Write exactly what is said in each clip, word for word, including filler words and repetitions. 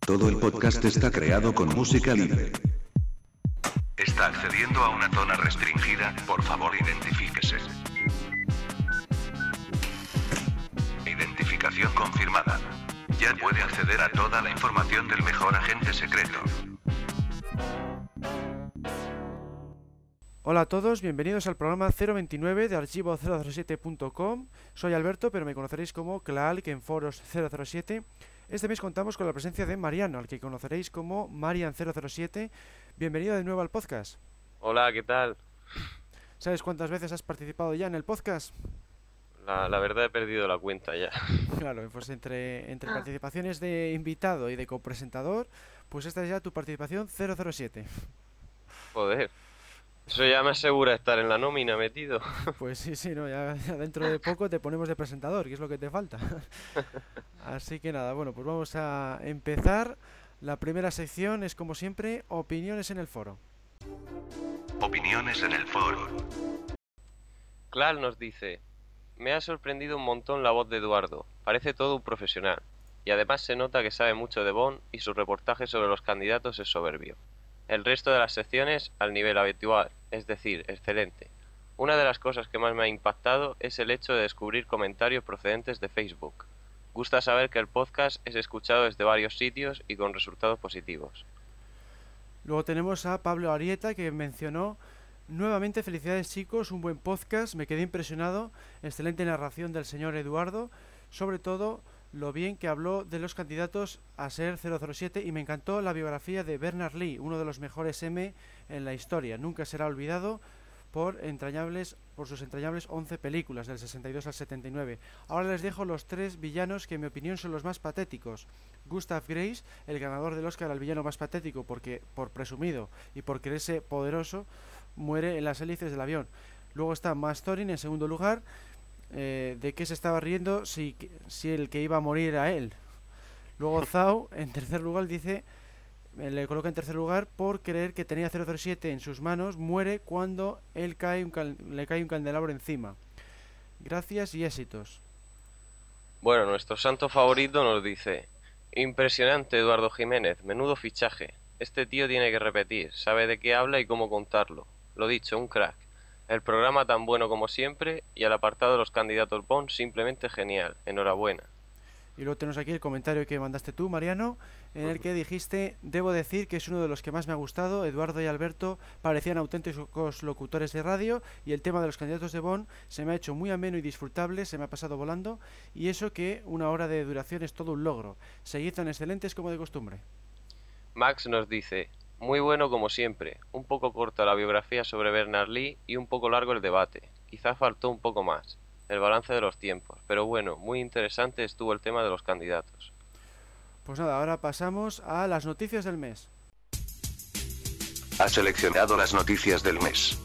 Todo el podcast está creado con música libre. Está accediendo a una zona restringida, por favor identifíquese. Identificación confirmada. Ya puede acceder a toda la información del mejor agente secreto. Hola a todos, bienvenidos al programa cero veintinueve de archivo cero cero siete punto com. Soy Alberto, pero me conoceréis como Claalc en foros cero cero siete. Este mes contamos con la presencia de Mariano, al que conoceréis como Marian cero cero siete. Bienvenido de nuevo al podcast. Hola, ¿qué tal? ¿Sabes cuántas veces has participado ya en el podcast? La, la verdad he perdido la cuenta ya. Claro, pues entre, entre participaciones de invitado y de copresentador, pues esta es ya tu participación cero cero siete. Joder, eso ya me asegura estar en la nómina metido. Pues sí, sí, no, ya, ya dentro de poco te ponemos de presentador, que es lo que te falta. Así que nada, bueno, pues vamos a empezar. La primera sección es, como siempre, opiniones en el foro. Opiniones en el foro. Clal nos dice: me ha sorprendido un montón la voz de Eduardo, parece todo un profesional, y además se nota que sabe mucho de Bond y su reportaje sobre los candidatos es soberbio. El resto de las secciones al nivel habitual, es decir, excelente. Una de las cosas que más me ha impactado es el hecho de descubrir comentarios procedentes de Facebook. Gusta saber que el podcast es escuchado desde varios sitios y con resultados positivos. Luego tenemos a Pablo Arieta, que mencionó: nuevamente felicidades chicos, un buen podcast, me quedé impresionado, excelente narración del señor Eduardo, sobre todo lo bien que habló de los candidatos a ser cero cero siete, y me encantó la biografía de Bernard Lee, uno de los mejores M en la historia, nunca será olvidado por entrañables por sus entrañables once películas del sesenta y dos al setenta y nueve. Ahora les dejo los tres villanos que en mi opinión son los más patéticos. Gustav Grace, el ganador del Oscar al villano más patético porque por presumido y por creerse poderoso, muere en las hélices del avión. Luego está Mastorin en segundo lugar. Eh, ¿De qué se estaba riendo si, si el que iba a morir era él? Luego Zhao en tercer lugar dice, eh, le coloca en tercer lugar por creer que tenía cero cero siete en sus manos, muere cuando él cae un cal- le cae un candelabro encima. Gracias y éxitos. Bueno, nuestro santo favorito nos dice: impresionante Eduardo Jiménez, menudo fichaje. Este tío tiene que repetir, sabe de qué habla y cómo contarlo. Lo dicho, un crack. El programa tan bueno como siempre, y al apartado de los candidatos Bond simplemente genial. Enhorabuena. Y luego tenemos aquí el comentario que mandaste tú, Mariano, en el que dijiste: debo decir que es uno de los que más me ha gustado. Eduardo y Alberto parecían auténticos locutores de radio, y el tema de los candidatos de Bond se me ha hecho muy ameno y disfrutable, se me ha pasado volando, y eso que una hora de duración es todo un logro. Seguid tan excelentes como de costumbre. Max nos dice: muy bueno como siempre, un poco corta la biografía sobre Bernard Lee y un poco largo el debate, quizás faltó un poco más, el balance de los tiempos, pero bueno, muy interesante estuvo el tema de los candidatos. Pues nada, ahora pasamos a las noticias del mes. Ha seleccionado las noticias del mes.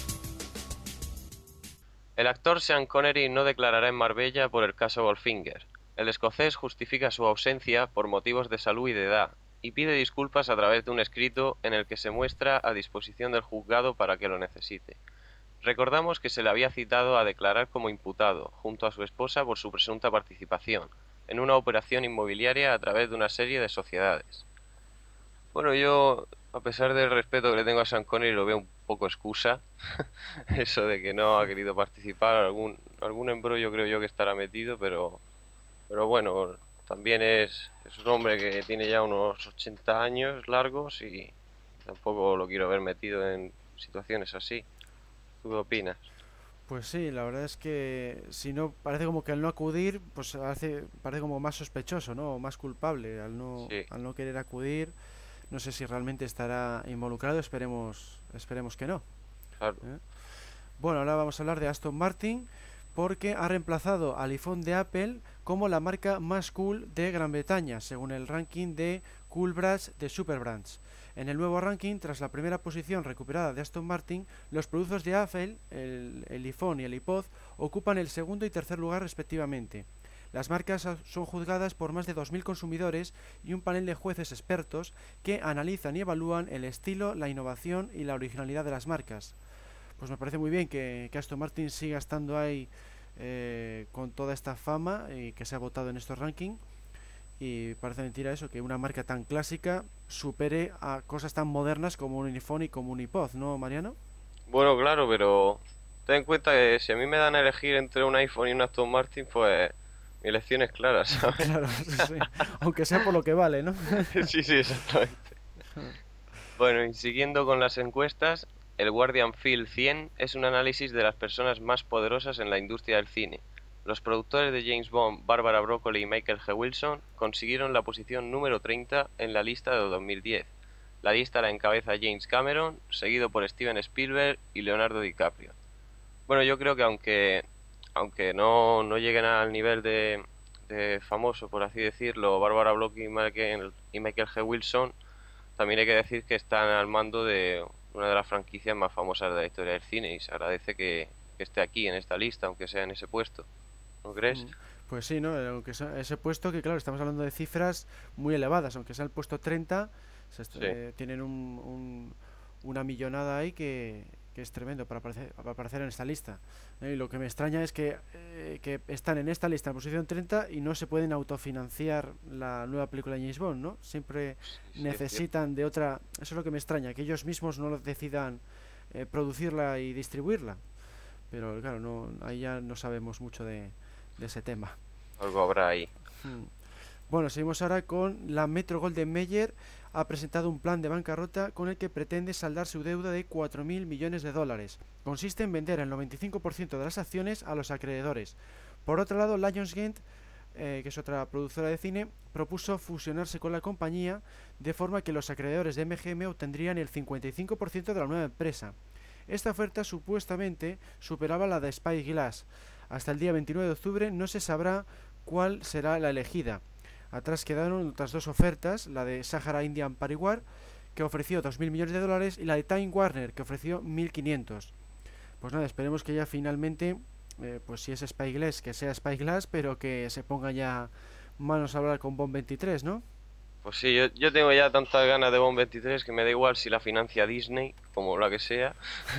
El actor Sean Connery no declarará en Marbella por el caso Goldfinger. El escocés justifica su ausencia por motivos de salud y de edad, y pide disculpas a través de un escrito en el que se muestra a disposición del juzgado para que lo necesite. Recordamos que se le había citado a declarar como imputado, junto a su esposa, por su presunta participación en una operación inmobiliaria a través de una serie de sociedades. Bueno, yo, a pesar del respeto que le tengo a Sean Connery, lo veo un poco excusa. Eso de que no ha querido participar, algún algún embrollo creo yo que estará metido, pero pero bueno, también es, es un hombre que tiene ya unos ochenta años largos y tampoco lo quiero ver metido en situaciones así. ¿Tú qué opinas? Pues sí, la verdad es que si no, parece como que al no acudir, pues hace, parece como más sospechoso, ¿no? O más culpable al no, Sí, al no querer acudir. No sé si realmente estará involucrado, esperemos, esperemos que no. claro. ¿eh? Bueno, ahora vamos a hablar de Aston Martin, porque ha reemplazado al iPhone de Apple como la marca más cool de Gran Bretaña, según el ranking de Cool Brands de Superbrands. En el nuevo ranking, tras la primera posición recuperada de Aston Martin, los productos de Apple, el, el iPhone y el iPod, ocupan el segundo y tercer lugar respectivamente. Las marcas son juzgadas por más de dos mil consumidores y un panel de jueces expertos que analizan y evalúan el estilo, la innovación y la originalidad de las marcas. Pues me parece muy bien que, que Aston Martin siga estando ahí eh, con toda esta fama y que se ha votado en estos rankings. y parece mentira eso, que una marca tan clásica supere a cosas tan modernas como un iPhone y como un iPod, ¿no, Mariano? Bueno, claro, pero ten en cuenta que si a mí me dan a elegir entre un iPhone y un Aston Martin, pues mi elección es clara, ¿sabes? Claro, sí. Aunque sea por lo que vale, ¿no? Sí, sí, exactamente. Bueno, y siguiendo con las encuestas, el Guardian Field cien es un análisis de las personas más poderosas en la industria del cine. Los productores de James Bond, Barbara Broccoli y Michael G. Wilson, consiguieron la posición número treinta en la lista de dos mil diez. La lista la encabeza James Cameron, seguido por Steven Spielberg y Leonardo DiCaprio. Bueno, yo creo que aunque, aunque no, no lleguen al nivel de, de famoso, por así decirlo, Barbara Broccoli y Michael, y Michael G. Wilson, también hay que decir que están al mando de una de las franquicias más famosas de la historia del cine y se agradece que, que esté aquí en esta lista, aunque sea en ese puesto. ¿No crees? Mm, Pues sí, ¿no? Aunque sea ese puesto que, claro, estamos hablando de cifras muy elevadas, aunque sea el puesto treinta, se est- Sí, eh, tienen un, un- una millonada ahí que, que es tremendo para aparecer, para aparecer en esta lista. ¿Eh? Y lo que me extraña es que, eh, que están en esta lista en posición treinta y no se pueden autofinanciar la nueva película de James Bond, ¿no? Siempre sí, sí, es cierto. necesitan de otra... Eso es lo que me extraña, que ellos mismos no lo decidan eh, producirla y distribuirla. Pero claro, no, ahí ya no sabemos mucho de de ese tema. Algo habrá ahí. Hmm. Bueno, seguimos ahora con la Metro Golden Mayer. Ha presentado un plan de bancarrota con el que pretende saldar su deuda de cuatro mil millones de dólares. Consiste en vender el noventa y cinco por ciento de las acciones a los acreedores. Por otro lado, Lionsgate, eh, que es otra productora de cine, propuso fusionarse con la compañía de forma que los acreedores de M G M obtendrían el cincuenta y cinco por ciento de la nueva empresa. Esta oferta supuestamente superaba la de Spyglass. Hasta el día veintinueve de octubre no se sabrá cuál será la elegida. Atrás quedaron otras dos ofertas, la de Sahara Indian Pariwar, que ofreció dos mil millones de dólares, y la de Time Warner, que ofreció mil quinientos. Pues nada, esperemos que ya finalmente, eh, pues si es Spyglass, que sea Spyglass, pero que se ponga ya manos a hablar con Bond veintitrés, ¿no? Pues sí, yo, yo tengo ya tantas ganas de Bond veintitrés que me da igual si la financia Disney, como la que sea.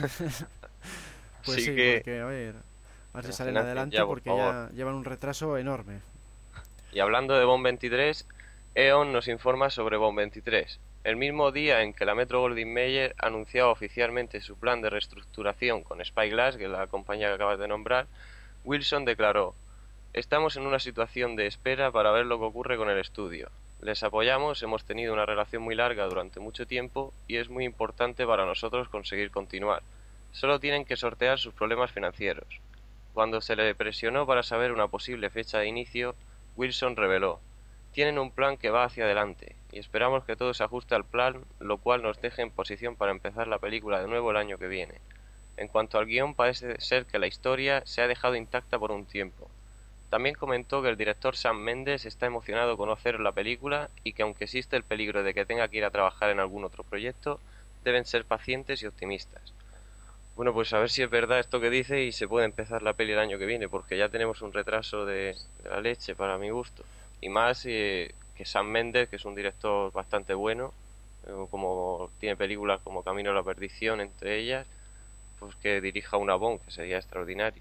Pues Así sí, que, porque a ver, a ver que si la salen financien ya, adelante, por porque favor. ya llevan un retraso enorme. Y hablando de Bond veintitrés, E.ON nos informa sobre Bond veintitrés. El mismo día en que la Metro Goldwyn Mayer anunciaba oficialmente su plan de reestructuración con Spyglass, que es la compañía que acabas de nombrar, Wilson declaró: "Estamos en una situación de espera para ver lo que ocurre con el estudio. Les apoyamos, hemos tenido una relación muy larga durante mucho tiempo y es muy importante para nosotros conseguir continuar. Solo tienen que sortear sus problemas financieros". Cuando se le presionó para saber una posible fecha de inicio, Wilson reveló: "Tienen un plan que va hacia adelante, y esperamos que todo se ajuste al plan, lo cual nos deje en posición para empezar la película de nuevo el año que viene. En cuanto al guión, parece ser que la historia se ha dejado intacta por un tiempo". También comentó que el director Sam Mendes está emocionado con hacer la película y que aunque existe el peligro de que tenga que ir a trabajar en algún otro proyecto, deben ser pacientes y optimistas. Bueno, pues a ver si es verdad esto que dice y se puede empezar la peli el año que viene, porque ya tenemos un retraso de, de la leche para mi gusto. Y más eh, que Sam Mendes, que es un director bastante bueno, eh, como tiene películas como Camino a la Perdición entre ellas, pues que dirija una Bond, que sería extraordinario.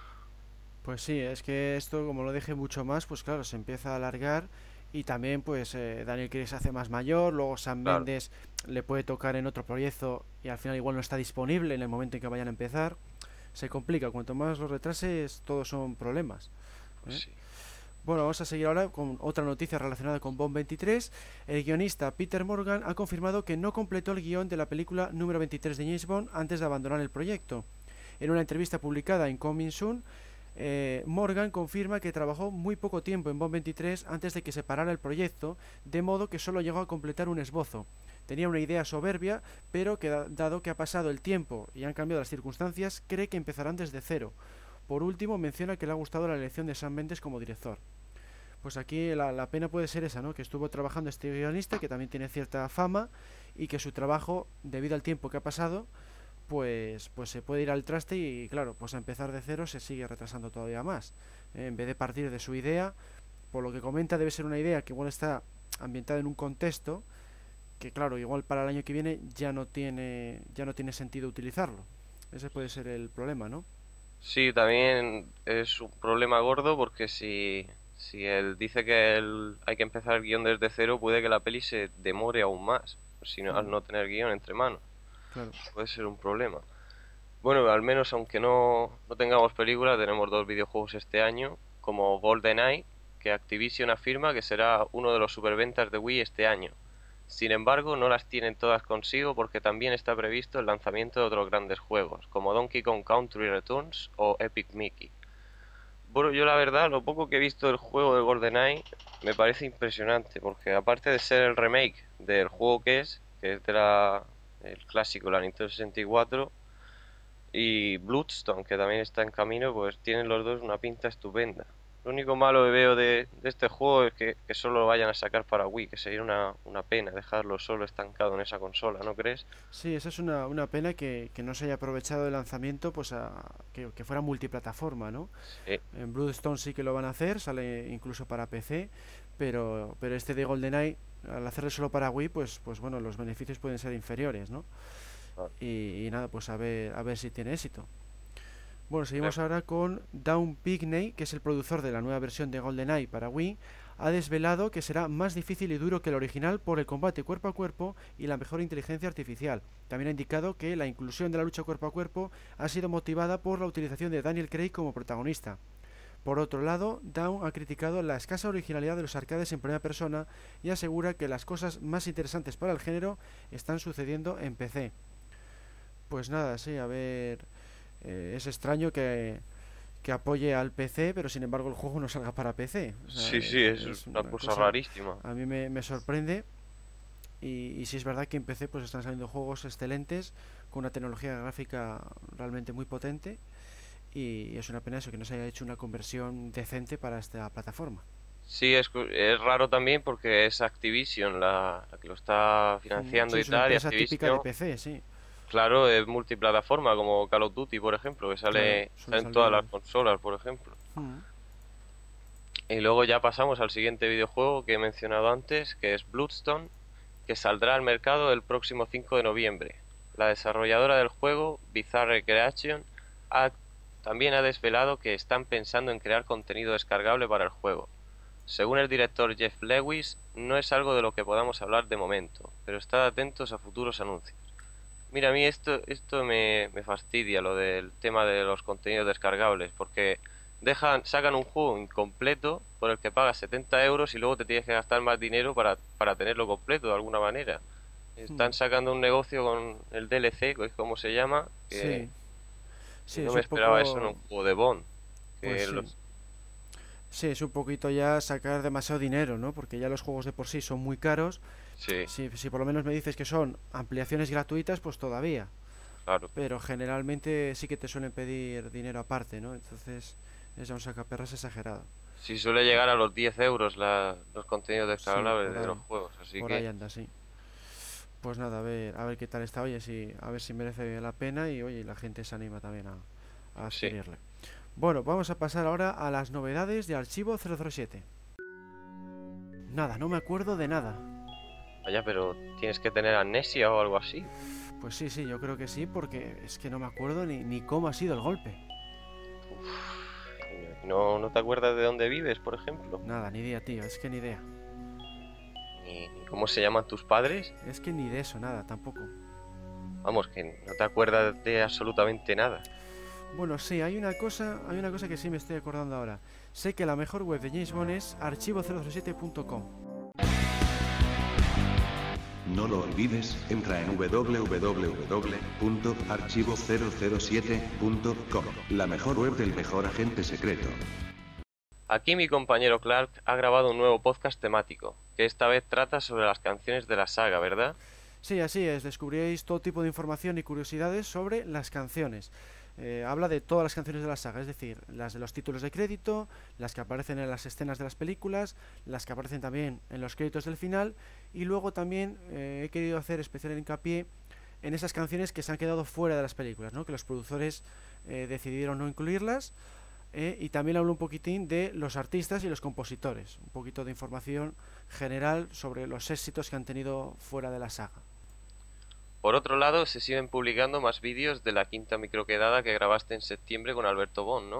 Pues sí, es que esto, como lo dije mucho más, pues claro, se empieza a alargar y también pues eh, Daniel Craig se hace más mayor, luego Sam Claro, Mendes le puede tocar en otro proyecto y al final igual no está disponible en el momento en que vayan a empezar. Se complica, cuanto más los retrases, todos son problemas. pues ¿Eh? sí. Bueno, vamos a seguir ahora con otra noticia relacionada con Bond veintitrés. El guionista Peter Morgan ha confirmado que no completó el guión de la película número veintitrés de James Bond antes de abandonar el proyecto. En una entrevista publicada en Coming Soon, eh, Morgan confirma que trabajó muy poco tiempo en Bond veintitrés antes de que se parara el proyecto, de modo que solo llegó a completar un esbozo. Tenía una idea soberbia, pero que dado que ha pasado el tiempo y han cambiado las circunstancias, cree que empezarán desde cero. Por último, menciona que le ha gustado la elección de Sam Mendes como director. Pues aquí la, la pena puede ser esa, ¿no? Que estuvo trabajando este guionista, que también tiene cierta fama, y que su trabajo, debido al tiempo que ha pasado, pues, pues se puede ir al traste y, claro, pues a empezar de cero se sigue retrasando todavía más. Eh, en vez de partir de su idea, por lo que comenta, debe ser una idea que igual está ambientada en un contexto que, claro, igual para el año que viene ya no tiene, ya no tiene sentido utilizarlo. Ese puede ser el problema, ¿no? Sí, también es un problema gordo porque si, Si él dice que él hay que empezar el guión desde cero, puede que la peli se demore aún más, si no, al Mm, no tener guión entre manos. claro. Puede ser un problema. Bueno, al menos aunque no, no tengamos película, tenemos dos videojuegos este año, como GoldenEye, que Activision afirma que será uno de los superventas de Wii este año. Sin embargo, no las tienen todas consigo porque también está previsto el lanzamiento de otros grandes juegos, como Donkey Kong Country Returns o Epic Mickey. Bueno, yo la verdad, lo poco que he visto del juego de GoldenEye me parece impresionante, porque aparte de ser el remake del juego que es, que es de la, el clásico, la Nintendo sesenta y cuatro, y Bloodstone, que también está en camino, pues tienen los dos una pinta estupenda. Lo único malo que veo de, de este juego es que, que solo lo vayan a sacar para Wii, que sería una, una pena dejarlo solo estancado en esa consola, ¿no crees? Sí, esa es una, una pena que, que no se haya aprovechado el lanzamiento, pues a, que, que fuera multiplataforma, ¿no? Sí, En Bloodstone sí que lo van a hacer, sale incluso para P C, pero, pero este de GoldenEye, al hacerlo solo para Wii, pues, pues bueno, los beneficios pueden ser inferiores, ¿no? ah, Y, y nada, pues a ver, a ver si tiene éxito. Bueno, eh, seguimos ahora con Dawn Pigney, que es el productor de la nueva versión de GoldenEye para Wii. Ha desvelado que será más difícil y duro que el original por el combate cuerpo a cuerpo y la mejor inteligencia artificial. También ha indicado que la inclusión de la lucha cuerpo a cuerpo ha sido motivada por la utilización de Daniel Craig como protagonista. Por otro lado, Dawn ha criticado la escasa originalidad de los arcades en primera persona y asegura que las cosas más interesantes para el género están sucediendo en P C. Pues nada, sí, a ver, eh, es extraño que, que apoye al P C, pero sin embargo el juego no salga para P C. O sea, sí, sí, eh, es es una una cosa cosa, rarísima. a mí me, me sorprende. Y, y sí es verdad que en P C pues están saliendo juegos excelentes, con una tecnología gráfica realmente muy potente. Y es una pena eso, que no se haya hecho una conversión decente para esta plataforma. Sí, es, cu- es raro también porque es Activision la, la que lo está Mm, financiando sí, y es una tal, y empresa típica de Activision, P C, sí, claro, es multiplataforma como Call of Duty, por ejemplo, que claro, sale, suele sale en todas las salir. consolas, por ejemplo. Mm, Y luego ya pasamos al siguiente videojuego que he mencionado antes, que es Bloodstone, que saldrá al mercado el próximo cinco de noviembre. La desarrolladora del juego, Bizarre Creation, ha- también ha desvelado que están pensando en crear contenido descargable para el juego. Según el director Jeff Lewis, no es algo de lo que podamos hablar de momento, pero estad atentos a futuros anuncios. Mira, a mí esto, esto me, me fastidia, lo del tema de los contenidos descargables, porque dejan, sacan un juego incompleto por el que pagas setenta euros y luego te tienes que gastar más dinero para, para tenerlo completo de alguna manera. mm, Están sacando un negocio con el D L C, que es como se llama, que, sí, que sí, no es me un esperaba eso en un poco. juego de Bond. Pues Que sí. los, Sí, es un poquito ya sacar demasiado dinero, ¿no? Porque ya los juegos de por sí son muy caros. sí, Si, si por lo menos me dices que son ampliaciones gratuitas, pues todavía. claro. Pero generalmente sí que te suelen pedir dinero aparte, ¿no? Entonces es ya un sacaperras exagerado. Si suele llegar a los diez euros la- los contenidos Sí, descargables por de los ahí. juegos, así Por ahí que anda, sí. Pues nada, a ver, a ver qué tal está. Oye, sí, a ver si merece la pena y oye, la gente se anima también a, a sí. adquirirle. Bueno, vamos a pasar ahora a las novedades de Archivo cero cero siete. Nada, no me acuerdo de nada. Vaya, pero tienes que tener amnesia o algo así. Pues sí, sí, yo creo que sí, porque es que no me acuerdo ni, ni cómo ha sido el golpe. Uf, y no, no te acuerdas de dónde vives, por ejemplo. Nada, ni idea, tío, es que ni idea. Ni, ni cómo se llaman tus padres. Es que ni de eso, nada, tampoco. Vamos, que no te acuerdas de absolutamente nada. Bueno, sí, hay una cosa, hay una cosa que sí me estoy acordando ahora. Sé que la mejor web de James Bond es archivo cero cero siete punto com. No lo olvides, entra en w w w punto archivo cero cero siete punto com, la mejor web del mejor agente secreto. Aquí mi compañero Clark ha grabado un nuevo podcast temático, que esta vez trata sobre las canciones de la saga, ¿verdad? Sí, así es, descubriréis todo tipo de información y curiosidades sobre las canciones. Eh, habla de todas las canciones de la saga, es decir, las de los títulos de crédito, las que aparecen en las escenas de las películas, las que aparecen también en los créditos del final, y luego también eh, he querido hacer especial hincapié en esas canciones que se han quedado fuera de las películas, ¿no? Que los productores eh, decidieron no incluirlas, eh, y también hablo un poquitín de los artistas y los compositores, un poquito de información general sobre los éxitos que han tenido fuera de la saga. Por otro lado, se siguen publicando más vídeos de la quinta microquedada que grabaste en septiembre con Alberto Bon, ¿no?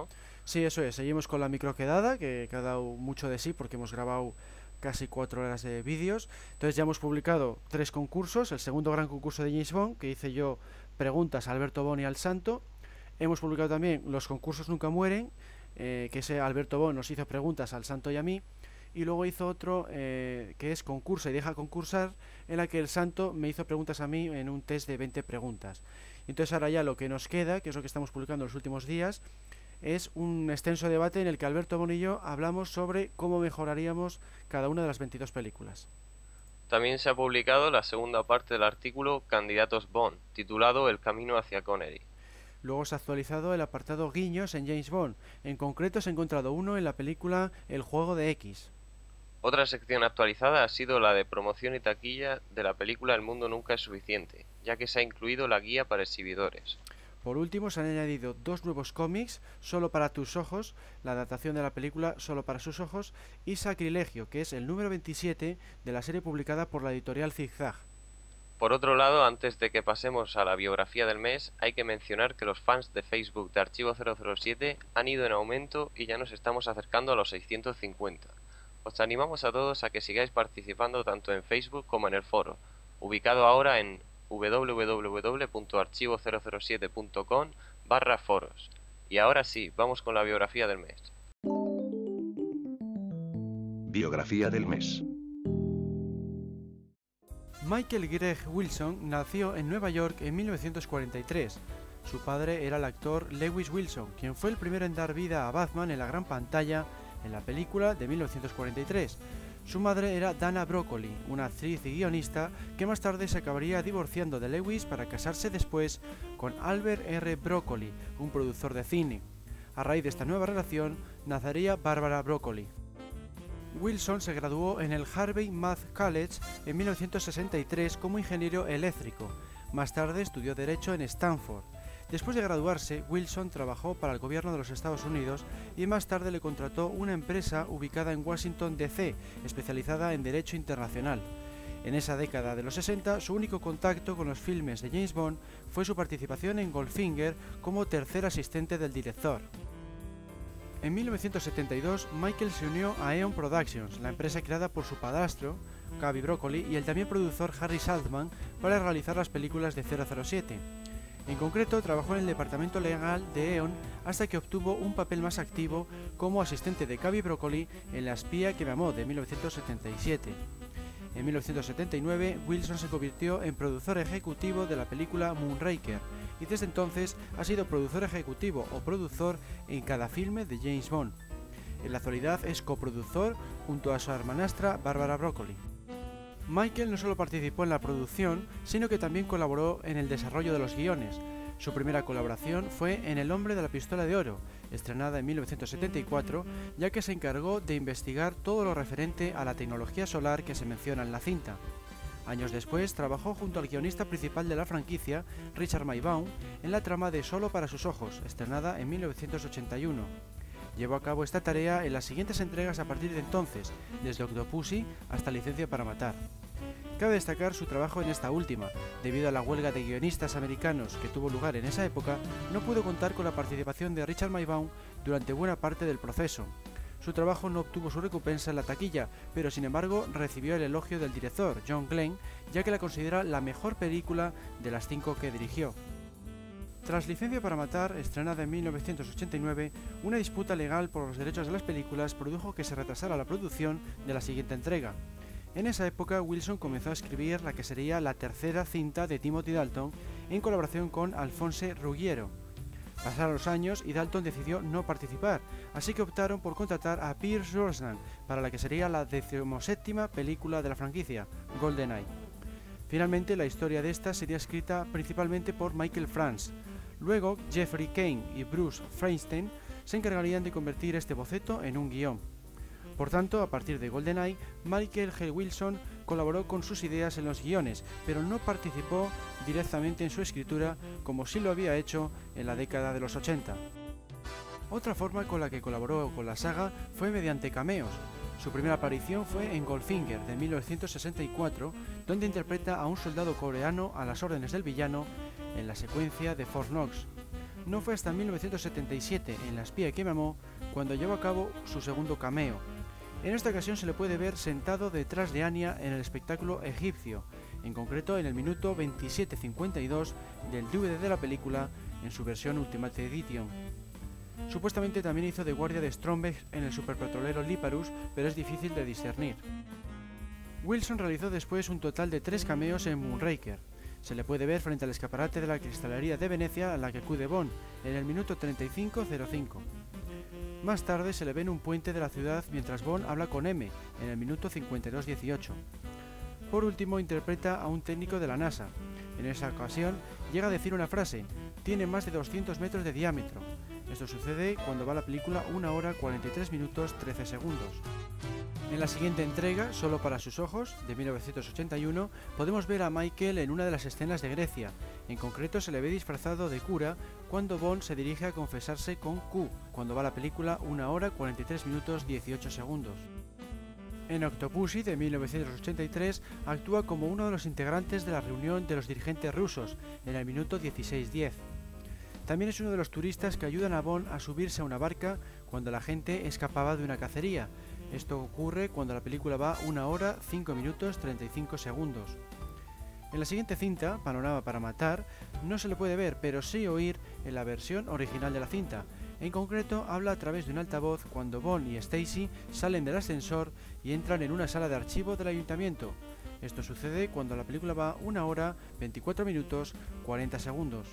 Sí, eso es, seguimos con la microquedada, que, que ha dado mucho de sí porque hemos grabado casi cuatro horas de vídeos. Entonces ya hemos publicado tres concursos, el segundo gran concurso de James Bond, que hice yo preguntas a Alberto Boni y al Santo. Hemos publicado también los concursos Nunca Mueren, eh, que ese Alberto Bon nos hizo preguntas al Santo y a mí. Y luego hizo otro eh, que es concursa y deja concursar, en la que el Santo me hizo preguntas a mí en un test de veinte preguntas. Entonces ahora ya lo que nos queda, que es lo que estamos publicando en los últimos días, es un extenso debate en el que Alberto Bon y yo hablamos sobre cómo mejoraríamos cada una de las veintidós películas. También se ha publicado la segunda parte del artículo Candidatos Bond, titulado El camino hacia Connery. Luego se ha actualizado el apartado guiños en James Bond. En concreto se ha encontrado uno en la película El juego de X. Otra sección actualizada ha sido la de promoción y taquilla de la película El mundo nunca es suficiente, ya que se ha incluido la guía para exhibidores. Por último, se han añadido dos nuevos cómics, Solo para tus ojos, la adaptación de la película Solo para sus ojos, y Sacrilegio, que es el número veintisiete de la serie publicada por la editorial Zigzag. Por otro lado, antes de que pasemos a la biografía del mes, hay que mencionar que los fans de Facebook de Archivo cero cero siete han ido en aumento y ya nos estamos acercando a los seiscientos cincuenta. Os animamos a todos a que sigáis participando tanto en Facebook como en el foro, ubicado ahora en w w w punto archivo cero cero siete punto com barra foros. Y ahora sí, vamos con la biografía del mes. Biografía del mes. Michael Gregg Wilson nació en Nueva York en mil novecientos cuarenta y tres. Su padre era el actor Lewis Wilson, quien fue el primero en dar vida a Batman en la gran pantalla en la película de mil novecientos cuarenta y tres. Su madre era Dana Broccoli, una actriz y guionista que más tarde se acabaría divorciando de Lewis para casarse después con Albert R. Broccoli, un productor de cine. A raíz de esta nueva relación, nacería Barbara Broccoli. Wilson se graduó en el Harvey Math College en mil novecientos sesenta y tres como ingeniero eléctrico. Más tarde estudió Derecho en Stanford. Después de graduarse, Wilson trabajó para el gobierno de los Estados Unidos y más tarde le contrató una empresa ubicada en Washington D C, especializada en Derecho Internacional. En esa década de los sesenta, su único contacto con los filmes de James Bond fue su participación en Goldfinger como tercer asistente del director. En mil novecientos setenta y dos, Michael se unió a Eon Productions, la empresa creada por su padrastro, Cubby Broccoli, y el también productor Harry Saltzman para realizar las películas de cero cero siete. En concreto, trabajó en el departamento legal de Eon hasta que obtuvo un papel más activo como asistente de Cubby Broccoli en La espía que me amó de mil novecientos setenta y siete. En mil novecientos setenta y nueve, Wilson se convirtió en productor ejecutivo de la película Moonraker y desde entonces ha sido productor ejecutivo o productor en cada filme de James Bond. En la actualidad es coproductor junto a su hermanastra Barbara Broccoli. Michael no solo participó en la producción, sino que también colaboró en el desarrollo de los guiones. Su primera colaboración fue en El hombre de la pistola de oro, estrenada en mil novecientos setenta y cuatro, ya que se encargó de investigar todo lo referente a la tecnología solar que se menciona en la cinta. Años después, trabajó junto al guionista principal de la franquicia, Richard Maybaum, en la trama de Solo para sus ojos, estrenada en mil novecientos ochenta y uno. Llevó a cabo esta tarea en las siguientes entregas a partir de entonces, desde Octopussy hasta Licencia para matar. Cabe destacar su trabajo en esta última. Debido a la huelga de guionistas americanos que tuvo lugar en esa época, no pudo contar con la participación de Richard Maybaum durante buena parte del proceso. Su trabajo no obtuvo su recompensa en la taquilla, pero sin embargo recibió el elogio del director, John Glenn, ya que la considera la mejor película de las cinco que dirigió. Tras Licencia para matar, estrenada en mil novecientos ochenta y nueve, una disputa legal por los derechos de las películas produjo que se retrasara la producción de la siguiente entrega. En esa época, Wilson comenzó a escribir la que sería la tercera cinta de Timothy Dalton en colaboración con Alphonse Ruggiero. Pasaron los años y Dalton decidió no participar, así que optaron por contratar a Pierce Brosnan para la que sería la decimoséptima película de la franquicia, GoldenEye. Finalmente, la historia de esta sería escrita principalmente por Michael Franz. Luego, Jeffrey Kane y Bruce Feinstein se encargarían de convertir este boceto en un guión. Por tanto, a partir de GoldenEye, Michael G. Wilson colaboró con sus ideas en los guiones, pero no participó directamente en su escritura como sí lo había hecho en la década de los ochenta. Otra forma con la que colaboró con la saga fue mediante cameos. Su primera aparición fue en Goldfinger de mil novecientos sesenta y cuatro, donde interpreta a un soldado coreano a las órdenes del villano en la secuencia de Fort Knox. No fue hasta mil novecientos setenta y siete, en La espía que me amó, cuando llevó a cabo su segundo cameo. En esta ocasión se le puede ver sentado detrás de Anya en el espectáculo egipcio, en concreto en el minuto veintisiete cincuenta y dos del D V D de la película en su versión Ultimate Edition. Supuestamente también hizo de guardia de Stromberg en el superpetrolero Liparus, pero es difícil de discernir. Wilson realizó después un total de tres cameos en Moonraker. Se le puede ver frente al escaparate de la cristalería de Venecia a la que acude Bond, en el minuto treinta y cinco cero cinco. Más tarde se le ve en un puente de la ciudad mientras Bond habla con M, en el minuto cincuenta y dos dieciocho. Por último, interpreta a un técnico de la NASA. En esa ocasión, llega a decir una frase: tiene más de doscientos metros de diámetro. Esto sucede cuando va la película una hora cuarenta y tres minutos trece segundos. En la siguiente entrega, Solo para sus ojos, de mil novecientos ochenta y uno, podemos ver a Michael en una de las escenas de Grecia. En concreto, se le ve disfrazado de cura cuando Bond se dirige a confesarse con Q, cuando va la película una hora cuarenta y tres minutos dieciocho segundos. En Octopussy, de mil novecientos ochenta y tres, actúa como uno de los integrantes de la reunión de los dirigentes rusos, en el minuto dieciséis diez. También es uno de los turistas que ayudan a Bond a subirse a una barca cuando la gente escapaba de una cacería. Esto ocurre cuando la película va una hora cinco minutos treinta y cinco segundos. En la siguiente cinta, Panorama para matar, no se le puede ver, pero sí oír en la versión original de la cinta. En concreto, habla a través de un altavoz cuando Bond y Stacy salen del ascensor y entran en una sala de archivo del ayuntamiento. Esto sucede cuando la película va una hora veinticuatro minutos cuarenta segundos.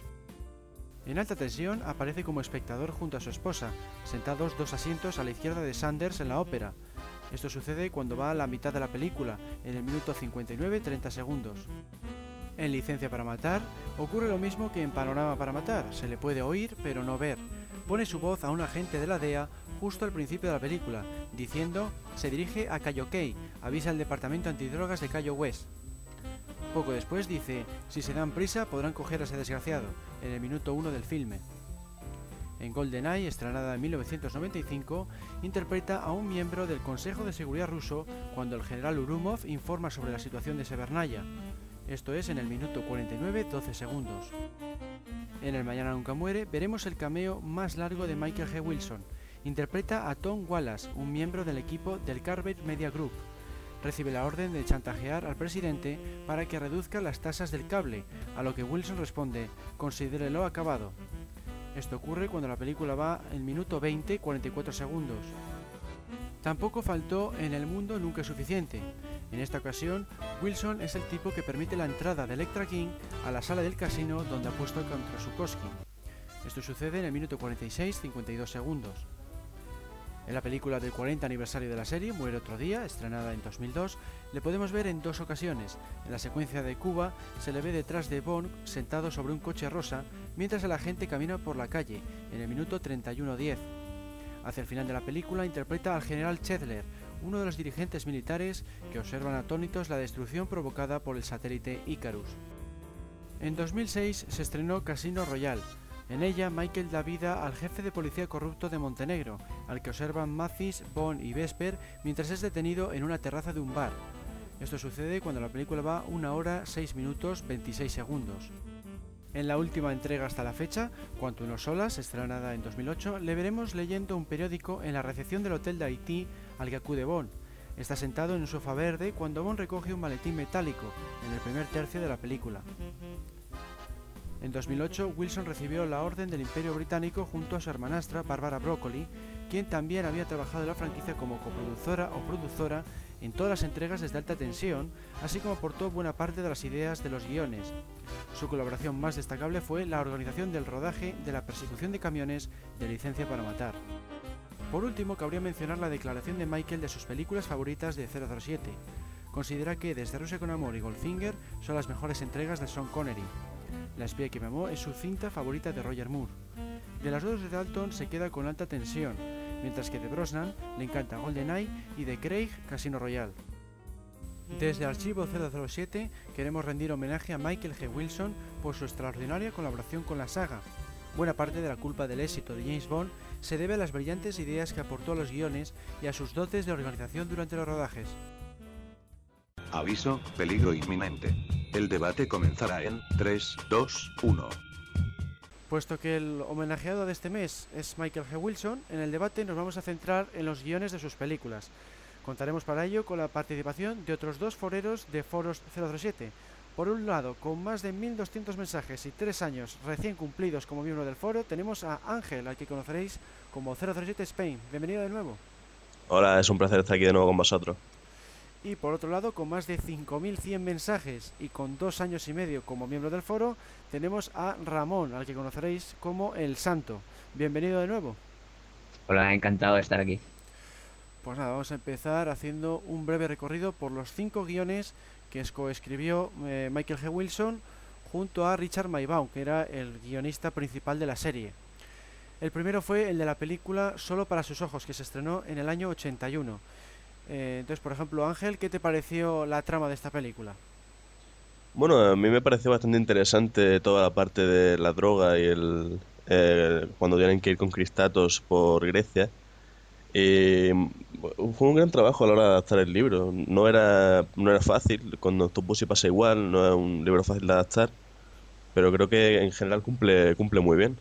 En Alta tensión aparece como espectador junto a su esposa, sentados dos asientos a la izquierda de Sanders en la ópera. Esto sucede cuando va a la mitad de la película, en el minuto cincuenta y nueve treinta segundos. En Licencia para matar, ocurre lo mismo que en Panorama para matar, se le puede oír pero no ver. Pone su voz a un agente de la D E A justo al principio de la película, diciendo: se dirige a Cayo Key, avisa al departamento antidrogas de Cayo West. Poco después dice: si se dan prisa podrán coger a ese desgraciado, en el minuto uno del filme. En GoldenEye, estrenada en mil novecientos noventa y cinco, interpreta a un miembro del Consejo de Seguridad ruso cuando el general Urumov informa sobre la situación de Severnaya. Esto es en el minuto cuarenta y nueve doce segundos. En El Mañana Nunca Muere veremos el cameo más largo de Michael G. Wilson. Interpreta a Tom Wallace, un miembro del equipo del Carver Media Group. Recibe la orden de chantajear al presidente para que reduzca las tasas del cable, a lo que Wilson responde: considérelo acabado. Esto ocurre cuando la película va en minuto veinte cuarenta y cuatro segundos. Tampoco faltó en El mundo nunca es suficiente. En esta ocasión, Wilson es el tipo que permite la entrada de Elektra King a la sala del casino donde apuesta contra Sukowski. Esto sucede en el minuto cuarenta y seis cincuenta y dos segundos. En la película del cuarenta aniversario de la serie, Muere otro día, estrenada en dos mil dos, le podemos ver en dos ocasiones. En la secuencia de Cuba se le ve detrás de Bond sentado sobre un coche rosa mientras el agente camina por la calle, en el minuto treinta y uno diez. Hacia el final de la película interpreta al general Chetler, uno de los dirigentes militares que observan atónitos la destrucción provocada por el satélite Icarus. En dos mil seis se estrenó Casino Royale. En ella, Michael da vida al jefe de policía corrupto de Montenegro, al que observan Mathis, Bond y Vesper mientras es detenido en una terraza de un bar. Esto sucede cuando la película va una hora seis minutos veintiséis segundos. En la última entrega hasta la fecha, Quantum of Solace, estrenada en dos mil ocho, le veremos leyendo un periódico en la recepción del hotel de Haití al que acude Bond. Está sentado en un sofá verde cuando Bond recoge un maletín metálico en el primer tercio de la película. En dos mil ocho, Wilson recibió la Orden del Imperio Británico junto a su hermanastra Barbara Broccoli, quien también había trabajado en la franquicia como coproductora o productora en todas las entregas desde Alta Tensión, así como aportó buena parte de las ideas de los guiones. Su colaboración más destacable fue la organización del rodaje de la persecución de camiones de Licencia para matar. Por último, cabría mencionar la declaración de Michael de sus películas favoritas de cero cero siete. Considera que Desde Rusia con Amor y Goldfinger son las mejores entregas de Sean Connery. La espía que me amó es su cinta favorita de Roger Moore. De las dos de Dalton se queda con Alta Tensión, mientras que de Brosnan le encanta GoldenEye y de Craig Casino Royale. Desde Archivo cero cero siete queremos rendir homenaje a Michael G. Wilson por su extraordinaria colaboración con la saga. Buena parte de la culpa del éxito de James Bond se debe a las brillantes ideas que aportó a los guiones y a sus dotes de organización durante los rodajes. Aviso, peligro inminente. El debate comenzará en tres, dos, uno. puesto que el homenajeado de este mes es Michael G. Wilson, en el debate nos vamos a centrar en los guiones de sus películas. Contaremos para ello con la participación de otros dos foreros de Foros cero cero siete. Por un lado, con más de mil doscientos mensajes y tres años recién cumplidos como miembro del foro, tenemos a Ángel, al que conoceréis como cero cero siete Spain. Bienvenido de nuevo. Hola, es un placer estar aquí de nuevo con vosotros. Y por otro lado, con más de cinco mil cien mensajes y con dos años y medio como miembro del foro, tenemos a Ramón, al que conoceréis como El Santo. Bienvenido de nuevo. Hola, encantado de estar aquí. Pues nada, vamos a empezar haciendo un breve recorrido por los cinco guiones que coescribió eh, Michael G. Wilson junto a Richard Maybaum, que era el guionista principal de la serie. El primero fue el de la película Solo para sus ojos, que se estrenó en el año ochenta y uno. Eh, entonces, por ejemplo, Ángel, ¿qué te pareció la trama de esta película? Bueno, a mí me pareció bastante interesante toda la parte de la droga y el eh, cuando tienen que ir con Kristatos por Grecia. Y fue un gran trabajo a la hora de adaptar el libro. No era, no era fácil, con Octopussy pasa igual, no es un libro fácil de adaptar, pero creo que en general cumple, cumple muy bien.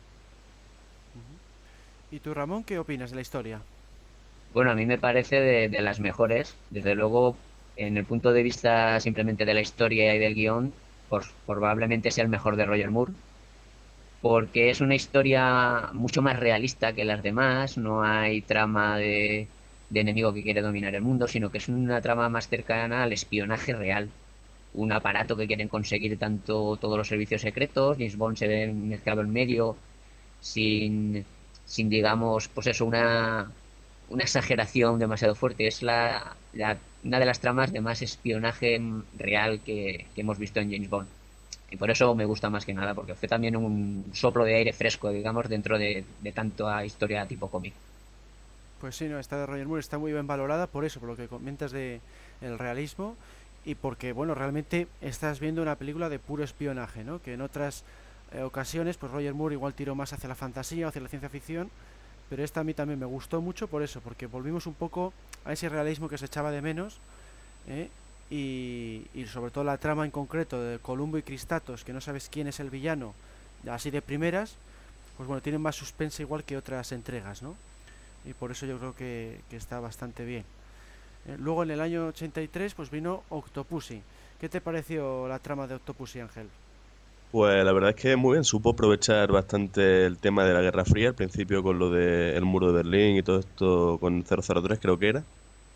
¿Y tú, Ramón, qué opinas de la historia? Bueno, a mí me parece de, de las mejores. Desde luego, en el punto de vista simplemente de la historia y del guión, pues probablemente sea el mejor de Roger Moore, porque es una historia mucho más realista que las demás. No hay trama de, de enemigo que quiere dominar el mundo, sino que es una trama más cercana al espionaje real. Un aparato que quieren conseguir tanto todos los servicios secretos. James Bond se ve mezclado en medio, sin, sin digamos, pues eso, una... una exageración demasiado fuerte. Es la, la, una de las tramas de más espionaje real que, que hemos visto en James Bond. Y por eso me gusta más que nada, porque fue también un soplo de aire fresco, digamos, dentro de, de tanta historia tipo cómic. Pues sí, no, esta de Roger Moore está muy bien valorada por eso, por lo que comentas de el realismo y porque, bueno, realmente estás viendo una película de puro espionaje, ¿no? Que en otras eh, ocasiones, pues Roger Moore igual tiró más hacia la fantasía o hacia la ciencia ficción, pero esta a mí también me gustó mucho por eso, porque volvimos un poco a ese realismo que se echaba de menos, ¿eh? y, y sobre todo la trama en concreto de Columbo y Kristatos, que no sabes quién es el villano, así de primeras, pues bueno, tienen más suspense igual que otras entregas, ¿no? Y por eso yo creo que, que está bastante bien. Eh, luego en el año ochenta y tres pues vino Octopussy. ¿Qué te pareció la trama de Octopussy, Ángel? Pues la verdad es que muy bien, supo aprovechar bastante el tema de la Guerra Fría, al principio con lo del muro de Berlín y todo esto con cero cero tres creo que era.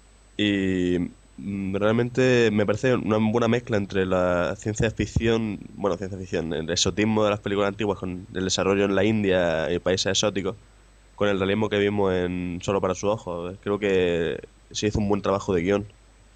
Y mm, realmente me parece una buena mezcla entre la ciencia ficción, bueno, ciencia ficción, el exotismo de las películas antiguas con el desarrollo en la India y países exóticos, con el realismo que vimos en Solo para sus ojos. Creo que se hizo un buen trabajo de guión.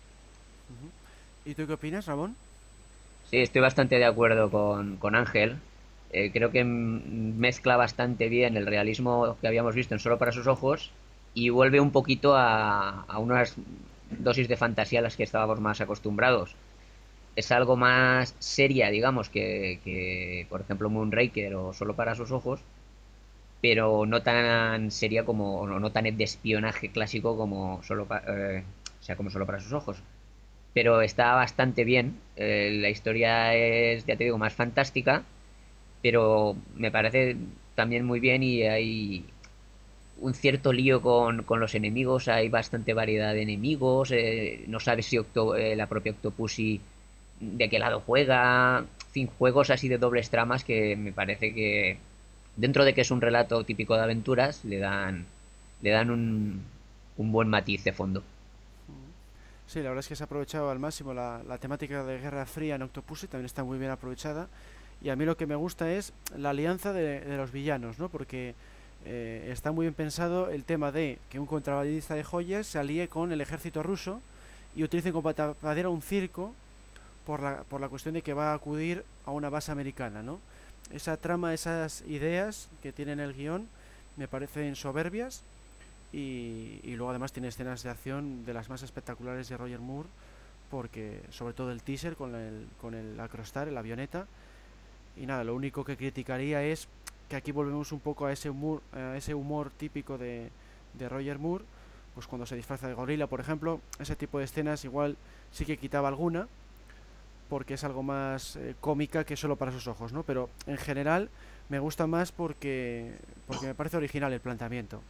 Uh-huh. ¿Y tú qué opinas, Ramón? Sí, estoy bastante de acuerdo con, con Ángel. Eh, creo que mezcla bastante bien el realismo que habíamos visto en Solo para sus ojos y vuelve un poquito a, a unas dosis de fantasía a las que estábamos más acostumbrados. Es algo más seria, digamos, que, que por ejemplo Moonraker o Solo para sus ojos, pero no tan seria como, no, no tan de espionaje clásico como solo, pa, eh, o sea, como Solo para sus ojos. Pero está bastante bien. Eh, la historia es, ya te digo, más fantástica, pero me parece también muy bien y hay un cierto lío con, con los enemigos. Hay bastante variedad de enemigos. Eh, no sabes si Octo, eh, la propia Octopussy de qué lado juega. En fin, juegos así de dobles tramas que me parece que, dentro de que es un relato típico de aventuras, le dan, le dan un, un buen matiz de fondo. Sí, la verdad es que se ha aprovechado al máximo la, la temática de Guerra Fría en Octopussy, también está muy bien aprovechada. Y a mí lo que me gusta es la alianza de, de los villanos, ¿no? Porque eh, está muy bien pensado el tema de que un contrabandista de joyas se alíe con el ejército ruso y utilice como tapadera un circo por la, por la cuestión de que va a acudir a una base americana, ¿no? Esa trama, esas ideas que tiene en el guión me parecen soberbias. Y, y luego además tiene escenas de acción de las más espectaculares de Roger Moore, porque sobre todo el teaser con el, con el Acrostar, el avioneta. Y nada, lo único que criticaría es que aquí volvemos un poco a ese humor, a ese humor típico de, de Roger Moore, pues cuando se disfraza de gorila, por ejemplo. Ese tipo de escenas igual sí que quitaba alguna, porque es algo más eh, cómica que solo para sus ojos, ¿no? Pero en general me gusta más porque, porque me parece original el planteamiento.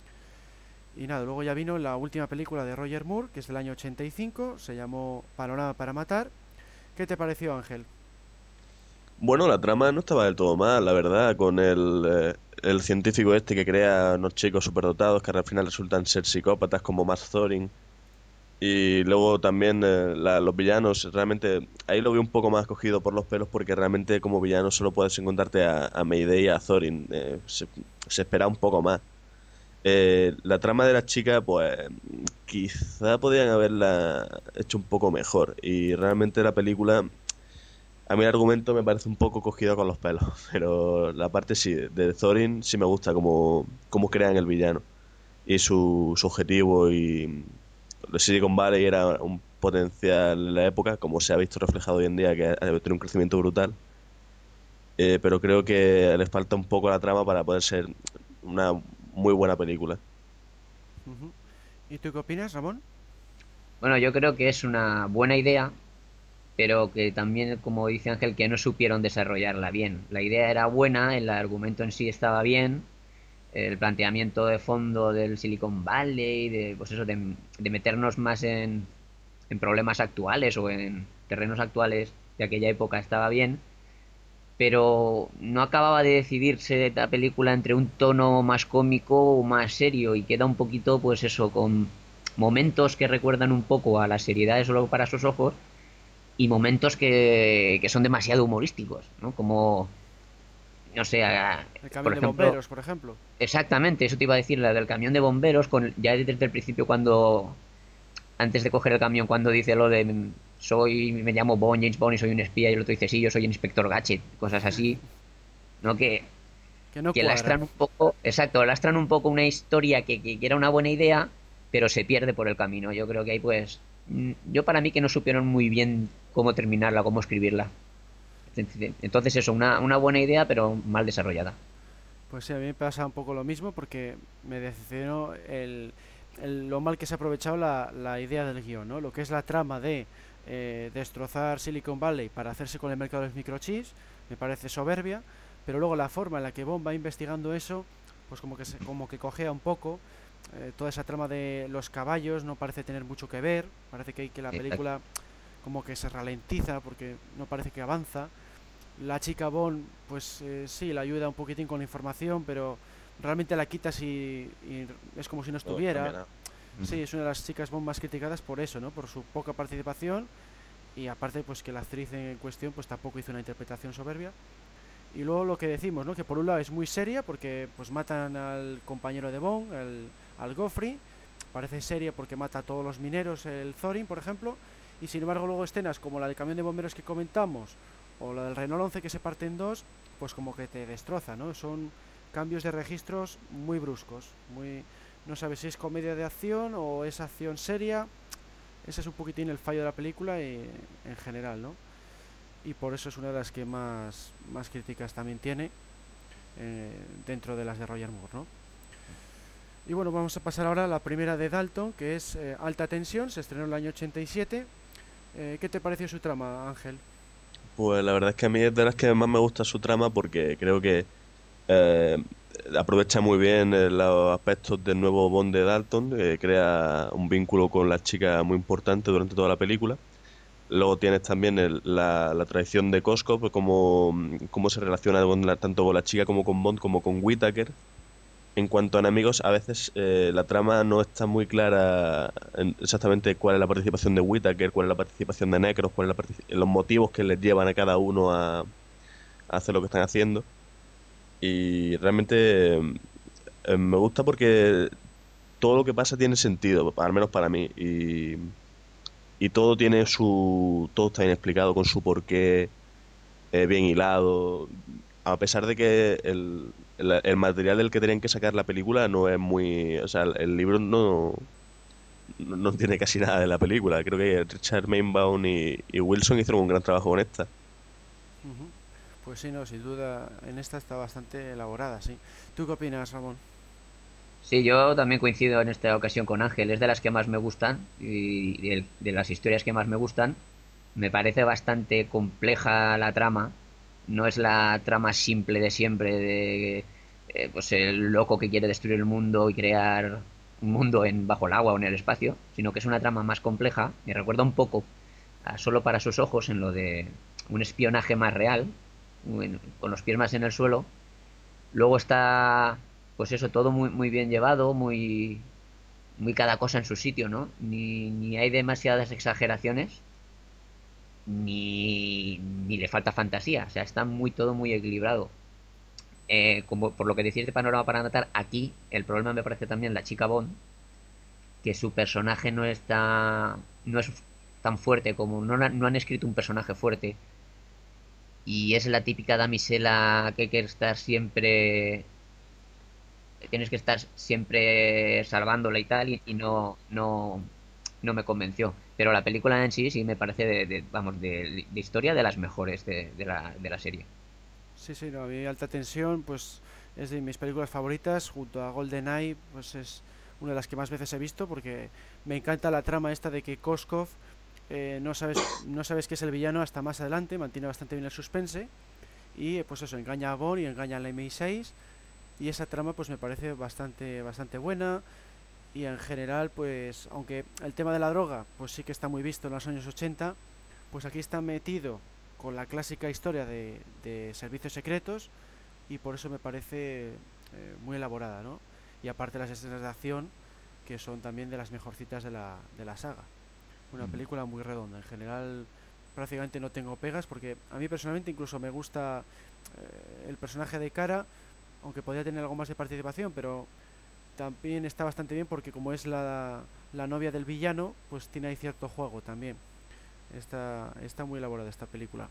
Y nada, luego ya vino la última película de Roger Moore, que es del año ochenta y cinco, se llamó Panorama para matar. ¿Qué te pareció, Ángel? Bueno, la trama no estaba del todo mal, la verdad, con el, eh, el científico este que crea unos chicos superdotados que al final resultan ser psicópatas como Max Thorin. Y luego también eh, la- los villanos, realmente, ahí lo vi un poco más cogido por los pelos porque realmente como villano solo puedes encontrarte a, a Mayday y a Thorin. Eh, se, se espera un poco más. Eh, la trama de la chica, pues quizá podían haberla hecho un poco mejor. Y realmente la película, a mí el argumento me parece un poco cogido con los pelos. Pero la parte sí, de Thorin sí me gusta como, como crean el villano. Y su, su objetivo y Silicon Valley era un potencial en la época, como se ha visto reflejado hoy en día, que ha tenido un crecimiento brutal. Eh, pero creo que les falta un poco la trama para poder ser una muy buena película. Ujú. ¿Y tú qué opinas, Ramón? Bueno, yo creo que es una buena idea, pero que también, como dice Ángel, que no supieron desarrollarla bien. La idea era buena, el argumento en sí estaba bien, el planteamiento de fondo del Silicon Valley, de, pues eso, de, de meternos más en, en problemas actuales o en terrenos actuales de aquella época estaba bien, pero no acababa de decidirse la película entre un tono más cómico o más serio y queda un poquito, pues eso, con momentos que recuerdan un poco a la seriedad de Solo para sus ojos y momentos que, que son demasiado humorísticos, ¿no? Como, no sé, a- El por camión de ejemplo, bomberos, por ejemplo. exactamente, eso te iba a decir, la del camión de bomberos, con, ya desde el principio cuando, antes de coger el camión, cuando dice lo de mm, soy, me llamo Bond, James Bond y soy un espía, y el otro dice, sí, yo soy el inspector Gadget, cosas así, ¿no? Que, Que no que cuadra. lastran un poco, exacto, lastran un poco una historia que, que, que era una buena idea, pero se pierde por el camino. Yo creo que ahí, pues, mm, yo para mí que no supieron muy bien cómo terminarla, cómo escribirla. Entonces eso, una, una buena idea, pero mal desarrollada. Pues sí, a mí me pasa un poco lo mismo porque me decepcionó el, el- lo mal que se ha aprovechado la, la idea del guión, ¿no? Lo que es la trama de eh, destrozar Silicon Valley para hacerse con el mercado de los microchips, me parece soberbia, pero luego la forma en la que Bond va investigando eso, pues como que se, como que cojea un poco. Eh, toda esa trama de los caballos no parece tener mucho que ver, parece que, que la Exacto. película como que se ralentiza porque no parece que avanza. La chica Bond, pues eh, sí, la ayuda un poquitín con la información, pero realmente la quitas y, y es como si no No cambia estuviera. nada. Ujú. Sí, es una de las chicas Bond más criticadas por eso, ¿no? Por su poca participación y aparte pues que la actriz en cuestión pues tampoco hizo una interpretación soberbia. Y luego lo que decimos, ¿no? Que por un lado es muy seria porque pues matan al compañero de Bond, al, al Goffrey. Parece seria porque mata a todos los mineros, el Thorin, por ejemplo. Y sin embargo luego escenas como la del camión de bomberos que comentamos o la del Renault once que se parte en dos, pues como que te destroza, ¿no? Son cambios de registros muy bruscos, muy... No sabes si es comedia de acción o es acción seria. Ese es un poquitín el fallo de la película y, en general, ¿no? Y por eso es una de las que más, más críticas también tiene eh, dentro de las de Roger Moore, ¿no? Y bueno, vamos a pasar ahora a la primera de Dalton, que es eh, Alta Tensión, se estrenó en el año ochenta y siete. Eh, ¿Qué te pareció su trama, Ángel? Pues la verdad es que a mí es de las que más me gusta su trama porque creo que eh, aprovecha muy bien eh, los aspectos del nuevo Bond de Dalton, que crea un vínculo con la chica muy importante durante toda la película. Luego tienes también el- la, la traición de Cosco, pues cómo, cómo se relaciona con la- tanto con la chica como con Bond como con Whittaker. En cuanto a enemigos, a veces eh, la trama no está muy clara en exactamente cuál es la participación de Whittaker, cuál es la participación de Necros, cuál es la partici- los motivos que les llevan a cada uno a, a hacer lo que están haciendo. Y realmente eh, me gusta porque todo lo que pasa tiene sentido, al menos para mí. Y, y todo tiene su. Todo está bien explicado con su porqué, eh, bien hilado. A pesar de que el, el, el material del que tenían que sacar la película no es muy. O sea, el, el libro no, no, no tiene casi nada de la película. Creo que Richard Mainbaum y, y Wilson hicieron un gran trabajo con esta. Ujú. Pues sí, no, sin duda, en esta está bastante elaborada, sí. ¿Tú qué opinas, Ramón? Sí, yo también coincido en esta ocasión con Ángel, es de las que más me gustan y de, de las historias que más me gustan. Me parece bastante compleja la trama. No es la trama simple de siempre de eh, pues el loco que quiere destruir el mundo y crear un mundo en bajo el agua o en el espacio, sino que es una trama más compleja. Me recuerda un poco a Solo para sus ojos en lo de un espionaje más real, un- con los pies más en el suelo. Luego está, pues eso, todo muy, muy bien llevado, muy, muy cada cosa en su sitio, ¿no? Ni, ni hay demasiadas exageraciones, ni, ni le falta fantasía. O sea, está muy todo muy equilibrado. Eh, como por lo que decís de Panorama para Matar, aquí el problema me parece también la chica Bond, que su personaje no está, no es tan fuerte como, no, no han escrito un personaje fuerte, y es la típica damisela que hay que estar siempre, tienes que estar siempre salvándola y tal, y, y no, no, no me convenció. Pero la película en sí sí me parece de, de- vamos, de, de historia de las mejores de, de la, de la serie. Sí, sí, no, a mí Alta Tensión pues es de mis películas favoritas, junto a GoldenEye, pues es una de las que más veces he visto porque me encanta la trama esta de que Koskov eh, no sabes no sabes qué es el villano hasta más adelante, mantiene bastante bien el suspense y eh, pues eso, engaña a Bond y engaña a la M I seis y esa trama pues me parece bastante bastante buena y en general pues aunque el tema de la droga pues sí que está muy visto en los años ochenta, pues aquí está metido con la clásica historia de, de servicios secretos y por eso me parece eh, muy elaborada, ¿no? Y aparte las escenas de acción que son también de las mejorcitas de la, de la saga. Una película muy redonda. En general prácticamente no tengo pegas porque a mí personalmente incluso me gusta eh, el personaje de Cara, aunque podría tener algo más de participación, pero también está bastante bien porque como es la, la novia del villano, pues tiene ahí cierto juego también. Está, está muy elaborada esta película.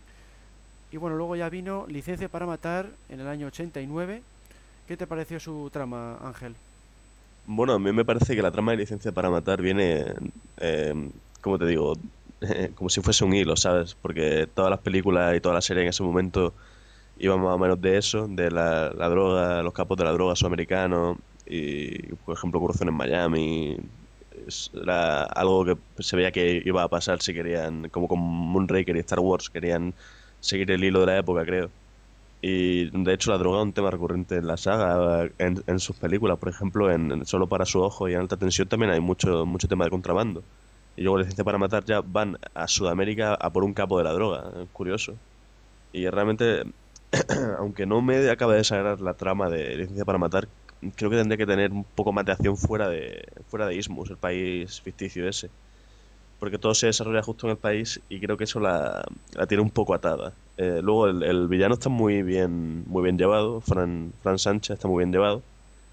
Y bueno, luego ya vino Licencia para Matar en el año ochenta y nueve. ¿Qué te pareció su trama, Ángel? Bueno, a mí me parece que la trama de Licencia para Matar viene, eh, como te digo, como si fuese un hilo, ¿sabes? Porque todas las películas y toda la serie en ese momento iban más o menos de eso, de la, la droga, los capos de la droga sudamericanos y, por ejemplo, corrupción en Miami. Es- Era algo que se veía que iba a pasar si querían, como con Moonraker y Star Wars, querían seguir el hilo de la época, creo. Y de hecho la droga es un tema recurrente en la saga, en, en sus películas, por ejemplo, en, en Solo para su ojo y en Alta Tensión también hay mucho, mucho tema de contrabando. Y luego Licencia para Matar ya van a Sudamérica a por un capo de la droga, es curioso. Y realmente, aunque no me acaba de desagradar la trama de Licencia para Matar, creo que tendría que tener un poco más de acción fuera de, fuera de Ismus, el país ficticio ese, porque todo se desarrolla justo en el país y creo que eso la, la tiene un poco atada. Eh, luego el, el villano está muy bien, muy bien llevado, Fran, Fran Sánchez está muy bien llevado.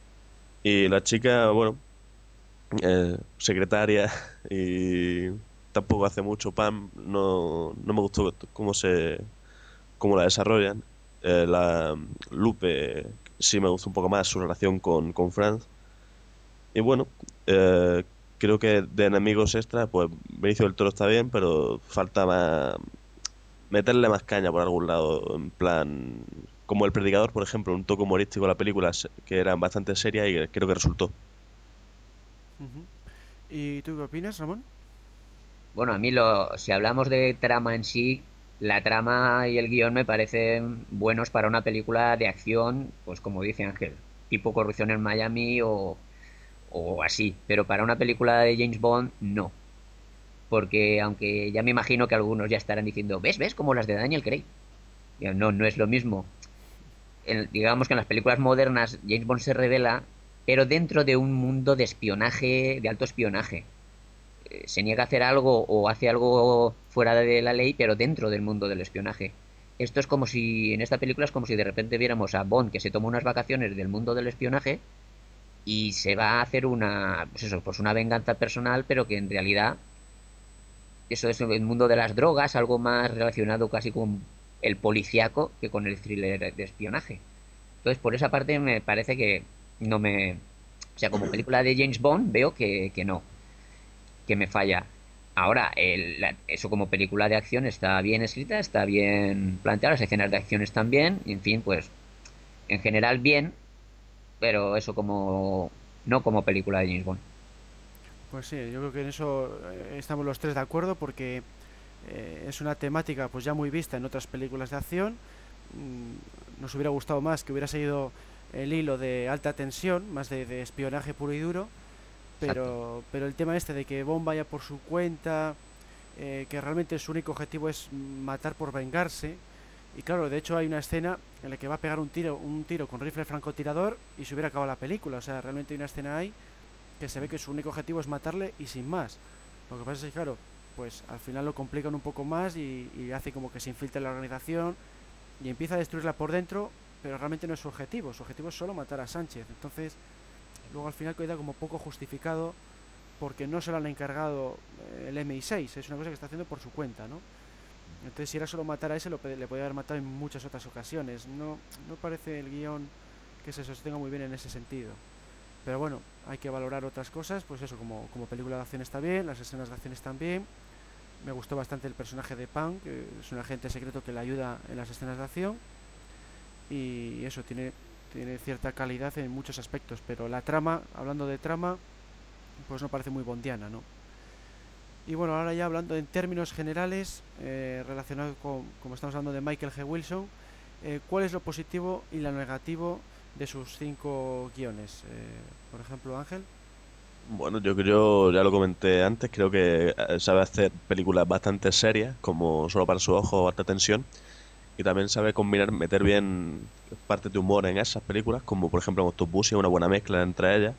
Y la chica, bueno, eh, secretaria y tampoco hace mucho, Pam, no, no me gustó cómo se, cómo la desarrollan. Eh, la Lupe sí me gustó un poco más su relación con, con Franz. Y bueno, eh, creo que de enemigos extra, pues Benicio del Toro está bien, pero falta más, meterle más caña por algún lado, en plan, como El Predicador, por ejemplo, un toque humorístico de la película se- que eran bastante serias y que creo que resultó. Ujú. ¿Y tú qué opinas, Ramón? Bueno, a mí lo, si hablamos de trama en sí, la trama y el guión me parecen buenos para una película de acción, pues como dice Ángel, tipo Corrupción en Miami o, o así. Pero para una película de James Bond, no. Porque aunque ya me imagino que algunos ya estarán diciendo, ¿ves, ves? Como las de Daniel Craig. Digo, no, no es lo mismo. En- digamos que en las películas modernas James Bond se revela, pero dentro de un mundo de espionaje, de alto espionaje. Eh, se niega a hacer algo o hace algo fuera de la ley, pero dentro del mundo del espionaje. Esto es como si, en esta película es como si de repente viéramos a Bond que se toma unas vacaciones del mundo del espionaje y se va a hacer una, pues eso, pues una venganza personal, pero que en realidad eso es el mundo de las drogas, algo más relacionado casi con el policíaco que con el thriller de espionaje. Entonces, por esa parte me parece que no me... O sea, como película de James Bond veo que, que no, que me falla. Ahora, el- la- eso como película de acción está bien escrita, está bien planteada, las escenas de acción están bien, en fin, pues en general bien, pero eso como... no como película de James Bond. Pues sí, yo creo que en eso eh, estamos los tres de acuerdo porque eh, es una temática pues ya muy vista en otras películas de acción. Mm, nos hubiera gustado más que hubiera seguido el hilo de alta tensión, más de, de espionaje puro y duro, pero, pero el tema este de que Bond vaya por su cuenta, eh, que realmente su único objetivo es matar por vengarse. Y claro, de hecho hay una escena en la que va a pegar un tiro un tiro con rifle francotirador y se hubiera acabado la película. O sea, realmente hay una escena ahí que se ve que su único objetivo es matarle y sin más. Lo que pasa es que, claro, pues al final lo complican un poco más y, y hace como que se infiltre en la organización y empieza a destruirla por dentro, pero realmente no es su objetivo. Su objetivo es solo matar a Sánchez. Entonces, luego al final queda como poco justificado porque no se lo han encargado el M I seis. Es una cosa que está haciendo por su cuenta, ¿no? Entonces, si era solo matar a ese, lo, le podía haber matado en muchas otras ocasiones. No, no parece el guión que se sostenga muy bien en ese sentido. Pero bueno, hay que valorar otras cosas. Pues eso, como, como película de acción está bien, las escenas de acción están bien. Me gustó bastante el personaje de Punk, que es un agente secreto que le ayuda en las escenas de acción. Y eso, tiene, tiene cierta calidad en muchos aspectos. Pero la trama, hablando de trama, pues no parece muy bondiana, ¿no? Y bueno, ahora ya hablando en términos generales, eh, relacionado con, como estamos hablando de Michael G. Wilson, eh, ¿cuál es lo positivo y lo negativo de sus cinco guiones? Eh, por ejemplo, Ángel. Bueno, yo creo, ya lo comenté antes, creo que sabe hacer películas bastante serias, como Solo para sus ojos, Alta tensión, y también sabe combinar, meter bien partes de humor en esas películas, como por ejemplo en Octopussy, una buena mezcla entre ellas,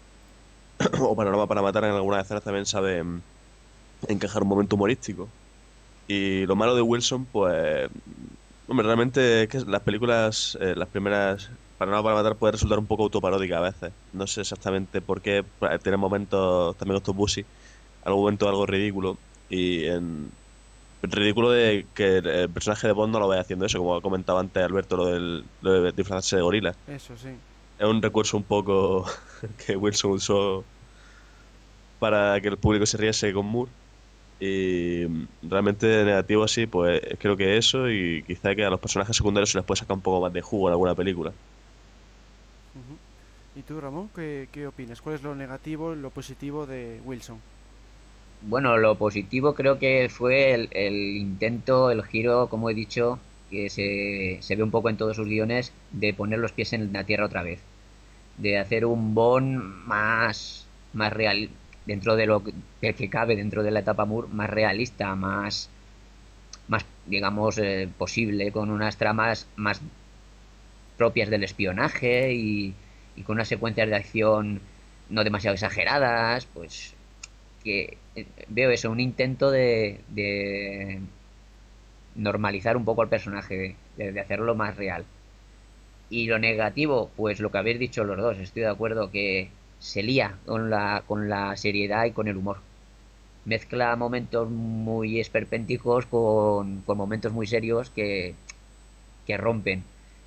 o Panorama para matar, en algunas escenas también sabe encajar un momento humorístico. Y lo malo de Wilson, pues, hombre, realmente es que las películas, eh, las primeras, Panorama para matar, puede resultar un poco autoparódica a veces. No sé exactamente por qué, tiene momentos, también Octopussy, algún momento algo ridículo. Y en ridículo de que el personaje de Bond no lo vaya haciendo eso, como ha comentado antes Alberto, lo, del, lo de disfrazarse de gorila. Eso sí. Es un recurso un poco que Wilson usó para que el público se riese con Moore. Y realmente negativo así, pues creo que eso, y quizá que a los personajes secundarios se les puede sacar un poco más de jugo en alguna película. Uh-huh. ¿Y tú, Ramón, qué, qué opinas? ¿Cuál es lo negativo y lo positivo de Wilson? Bueno, lo positivo creo que fue el, el intento, el giro, como he dicho, que se, se ve un poco en todos sus guiones, de poner los pies en la tierra otra vez. De hacer un Bond más, más real, dentro de lo que, que cabe dentro de la etapa Moore, más realista, más, más digamos, eh, posible, con unas tramas más propias del espionaje y, y con unas secuencias de acción no demasiado exageradas, pues que eh, veo eso, un intento de, de normalizar un poco al personaje, de, de hacerlo más real. Y lo negativo, pues lo que habéis dicho los dos, estoy de acuerdo que se lía con la, con la seriedad y con el humor. Mezcla momentos muy esperpénticos con, con momentos muy serios que, que rompen.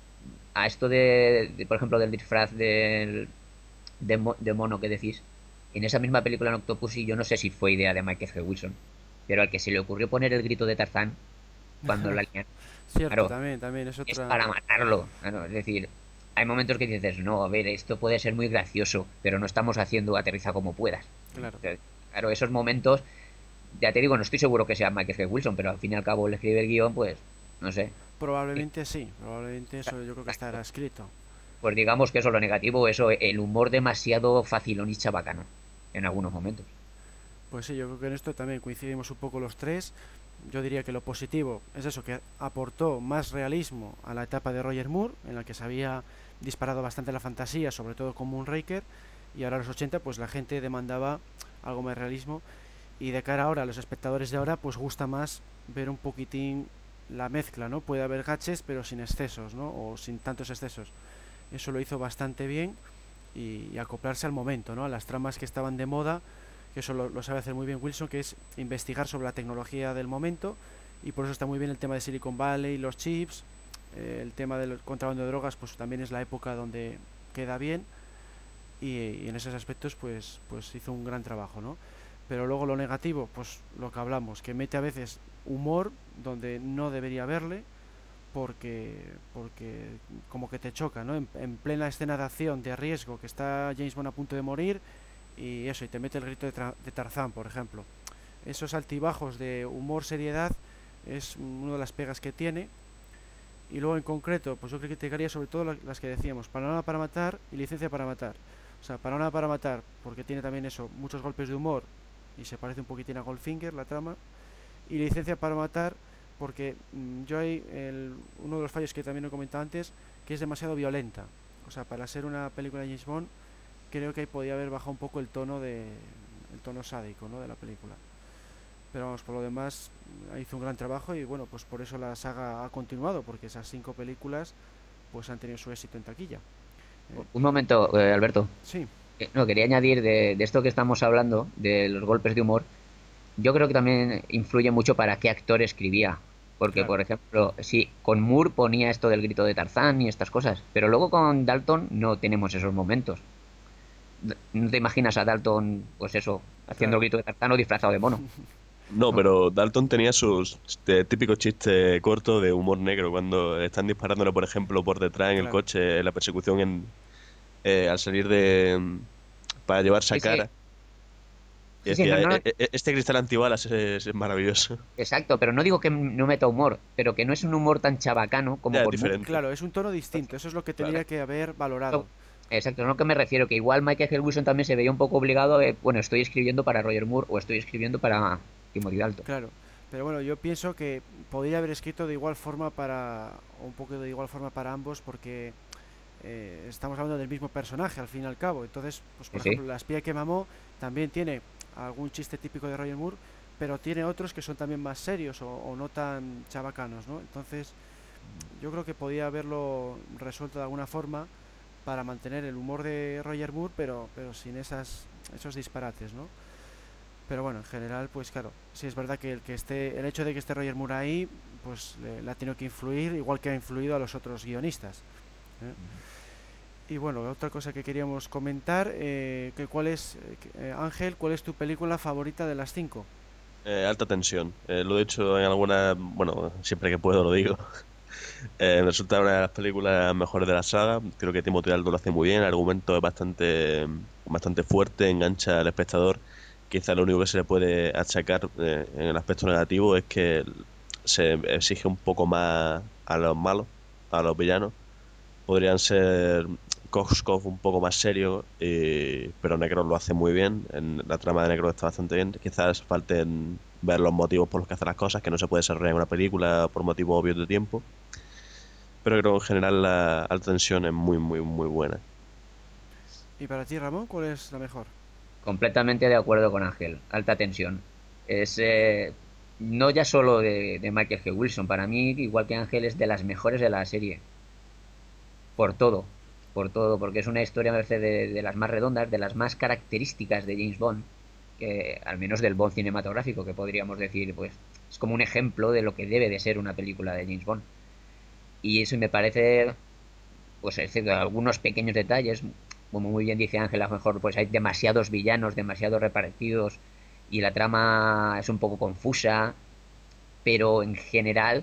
A esto de, de, por ejemplo, del disfraz del, de, mo, de mono que decís, en esa misma película en Octopussy, yo no sé si fue idea de Michael G. Wilson, pero al que se le ocurrió poner el grito de Tarzán cuando la lían, Cierto, claro, también, también es otra... es para matarlo. Claro, es decir, hay momentos que dices, no, a ver, esto puede ser muy gracioso, pero no estamos haciendo aterriza como puedas. Claro. Entonces, claro, esos momentos, ya te digo, no estoy seguro que sea Michael G. Wilson, pero al fin y al cabo el escribe el guión, pues, no sé. Probablemente sí, probablemente eso yo creo que estará escrito. Pues digamos que eso es lo negativo, eso, el humor demasiado facilón y chabacano en algunos momentos. Pues sí, yo creo que en esto también coincidimos un poco los tres. Yo diría que lo positivo es eso, que aportó más realismo a la etapa de Roger Moore, en la que se había disparado bastante la fantasía, sobre todo con Moonraker, y ahora a los ochenta pues la gente demandaba algo más realismo, y de cara ahora a los espectadores de ahora pues gusta más ver un poquitín la mezcla, ¿no? Puede haber gaches pero sin excesos, ¿no? O sin tantos excesos. Eso lo hizo bastante bien y, y acoplarse al momento, ¿no? A las tramas que estaban de moda, que eso lo, lo sabe hacer muy bien Wilson, que es investigar sobre la tecnología del momento, y por eso está muy bien el tema de Silicon Valley, los chips, eh, el tema del contrabando de drogas, pues también es la época donde queda bien, y, y en esos aspectos pues, pues hizo un gran trabajo, ¿no? Pero luego lo negativo, pues lo que hablamos, que mete a veces humor donde no debería haberle, porque porque como que te choca, ¿no? En, en plena escena de acción, de riesgo, que está James Bond a punto de morir, y eso, y te mete el grito de, de Tarzán, por ejemplo. esos altibajos de humor, seriedad, es una de las pegas que tiene. Y luego en concreto, pues yo criticaría sobre todo las que decíamos, Panorama para matar y Licencia para matar. O sea, Panorama para matar, porque tiene también eso, muchos golpes de humor y se parece un poquitín a Goldfinger la trama. Y Licencia para matar, porque mmm, yo hay el, uno de los fallos que también he comentado antes, que es demasiado violenta. O sea, para ser una película de James Bond, creo que ahí podía haber bajado un poco el tono de el tono sádico, ¿no?, de la película. Pero vamos, por lo demás hizo un gran trabajo y bueno, pues por eso la saga ha continuado, porque esas cinco películas pues han tenido su éxito en taquilla. Eh, Un momento, eh, Alberto. sí. Eh, no, quería añadir de, de esto que estamos hablando, de los golpes de humor. Yo creo que también influye mucho para qué actor escribía. Porque, Claro. por ejemplo, sí, con Moore ponía esto del grito de Tarzán y estas cosas, pero luego con Dalton no tenemos esos momentos. D- No te imaginas a Dalton, pues eso, haciendo Claro. el grito de Tarzán o disfrazado de mono. No, pero Dalton tenía sus este, típicos chistes cortos de humor negro cuando están disparándole, por ejemplo, por detrás en el Claro. coche, en la persecución en, eh, al salir de mm, para llevarse a Sí, sí. cara. Y Sí, sí, decía, no, no, "E- e- este cristal antibalas es, es maravilloso". exacto, pero no digo que no meta humor, pero que no es un humor tan chabacano como Ya, es con Moore. diferente. Claro, es un tono distinto, eso es lo que Claro. tendría que haber valorado. Exacto, es a lo que me refiero, que igual Michael G. Wilson también se veía un poco obligado de, bueno, estoy escribiendo para Roger Moore o estoy escribiendo para Timothy Dalton. Claro, pero bueno, yo pienso que podría haber escrito de igual forma para, o un poco de igual forma para ambos, porque eh, estamos hablando del mismo personaje al fin y al cabo. Entonces, pues por Sí, sí. ejemplo, La espía que mamó también tiene algún chiste típico de Roger Moore, pero tiene otros que son también más serios o, o no tan chabacanos, ¿no? Entonces, yo creo que podía haberlo resuelto de alguna forma para mantener el humor de Roger Moore, pero, pero sin esas, esos disparates, ¿no? Pero bueno, en general, pues claro, sí es verdad que el que esté, el hecho de que esté Roger Moore ahí, pues le, le ha tenido que influir, igual que ha influido a los otros guionistas, ¿eh? Y bueno, otra cosa que queríamos comentar, eh, que cuál es, eh, que- eh, Ángel, ¿cuál es tu película favorita de las cinco? Eh, alta tensión. Eh, lo he dicho en alguna, bueno, siempre que puedo lo digo. Eh, me resulta una de las películas mejores de la saga. Creo que Timothy Dalton lo hace muy bien. El argumento es bastante, bastante fuerte, engancha al espectador. Quizá lo único que se le puede achacar eh, en el aspecto negativo es que se exige un poco más a los malos, a los villanos. Podrían ser Koskov un poco más serio, y- pero Necro lo hace muy bien. En la trama de Necro está bastante bien. Quizás falten ver los motivos por los que hace las cosas, que no se puede desarrollar en una película por motivos obvios de tiempo. Pero creo que en general la alta tensión es muy, muy, muy buena. Y para ti, Ramón, ¿cuál es la mejor? Completamente de acuerdo con Ángel. Alta tensión. Es eh, no ya solo de, de Michael G. Wilson. Para mí, igual que Ángel, es de las mejores de la serie. Por todo. Por todo. Porque es una historia, me parece, de, de las más redondas, de las más características de James Bond. Que, al menos del Bond cinematográfico, que podríamos decir, pues, es como un ejemplo de lo que debe de ser una película de James Bond. Y eso me parece, pues, excepto algunos pequeños detalles, como muy bien dice Ángel, a lo mejor pues hay demasiados villanos, demasiados repartidos y la trama es un poco confusa, pero en general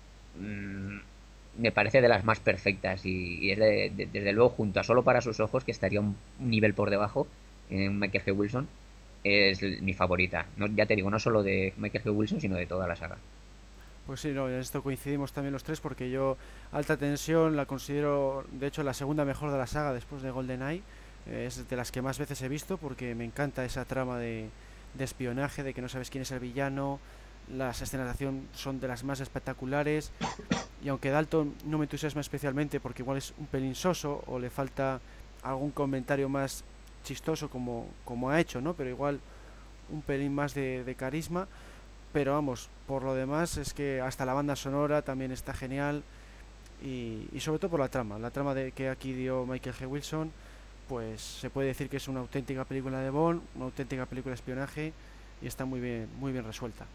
mmm, me parece de las más perfectas y, y es de, de, desde luego junto a Solo para sus ojos, que estaría un nivel por debajo en Michael G. Wilson, es mi favorita. No, ya te digo, no solo de Michael G. Wilson, sino de toda la saga. Pues sí, no, en esto coincidimos también los tres porque yo Alta Tensión la considero, de hecho, la segunda mejor de la saga después de GoldenEye. Eh, es de las que más veces he visto porque me encanta esa trama de, de espionaje, de que no sabes quién es el villano. Las escenas de acción son de las más espectaculares y aunque Dalton no me entusiasma especialmente porque igual es un pelín soso o le falta algún comentario más chistoso como, como ha hecho, ¿no? Pero igual un pelín más de, de carisma. Pero vamos, por lo demás es que hasta la banda sonora también está genial y, y sobre todo por la trama. La trama de que aquí dio Michael G. Wilson, pues se puede decir que es una auténtica película de Bond, una auténtica película de espionaje y está muy bien, muy bien resuelta.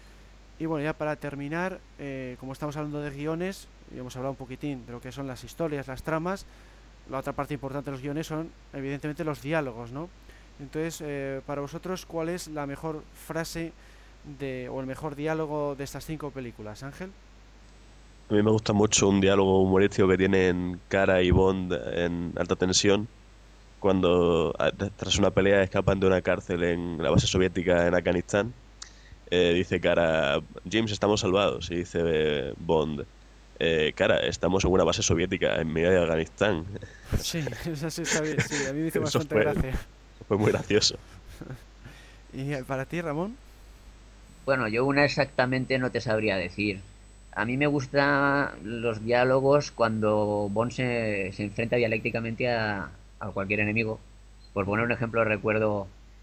Y bueno, ya para terminar, eh, como estamos hablando de guiones y hemos hablado un poquitín de lo que son las historias, las tramas, la otra parte importante de los guiones son evidentemente los diálogos, ¿no? Entonces, eh, para vosotros, ¿cuál es la mejor frase de, o el mejor diálogo de estas cinco películas, Ángel? A mí me gusta mucho un diálogo humorístico que tienen Cara y Bond en Alta Tensión, cuando tras una pelea escapan de una cárcel en la base soviética en Afganistán eh, dice Cara, James, estamos salvados. Y dice eh, Bond, eh, Cara, estamos en una base soviética en medio de Afganistán. Sí, eso sí está bien, sí, a mí me hizo Eso bastante fue, gracia. fue muy gracioso. ¿Y para ti, Ramón? Bueno, yo una exactamente no te sabría decir. A mí me gustan los diálogos cuando Bond se, se enfrenta dialécticamente a, a cualquier enemigo. Por poner un ejemplo, recuerdo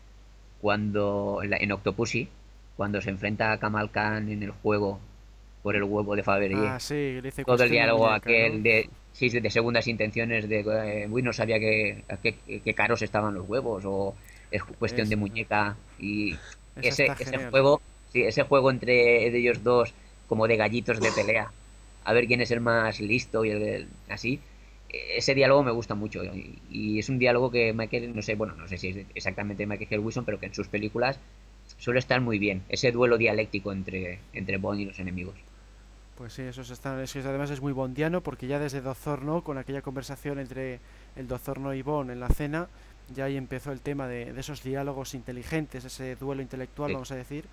cuando en, la- en Octopussy, cuando se enfrenta a Kamal Khan en el juego por el huevo de Fabergé. Ah, sí, le dice Todo el cuestión de diálogo muñeca, aquel ¿no? de, sí, de segundas intenciones de, eh, uy, no sabía que, a qué, qué caros estaban los huevos, o es cuestión de Eso, muñeca. Y esa ese, está ese genial. juego, sí, ese juego entre ellos dos, como de gallitos de pelea, a ver quién es el más listo y el, el- así. Ese diálogo me gusta mucho y, y es un diálogo que Michael, no sé, bueno, no sé si es exactamente Michael G. Wilson, pero que en sus películas suele estar muy bien, ese duelo dialéctico entre, entre Bond y los enemigos. Pues sí, eso está, es que además es muy bondiano porque ya desde Doctor No, con aquella conversación entre el Doctor No y Bond en la cena, ya ahí empezó el tema de, de esos diálogos inteligentes, ese duelo intelectual, Sí. vamos a decir.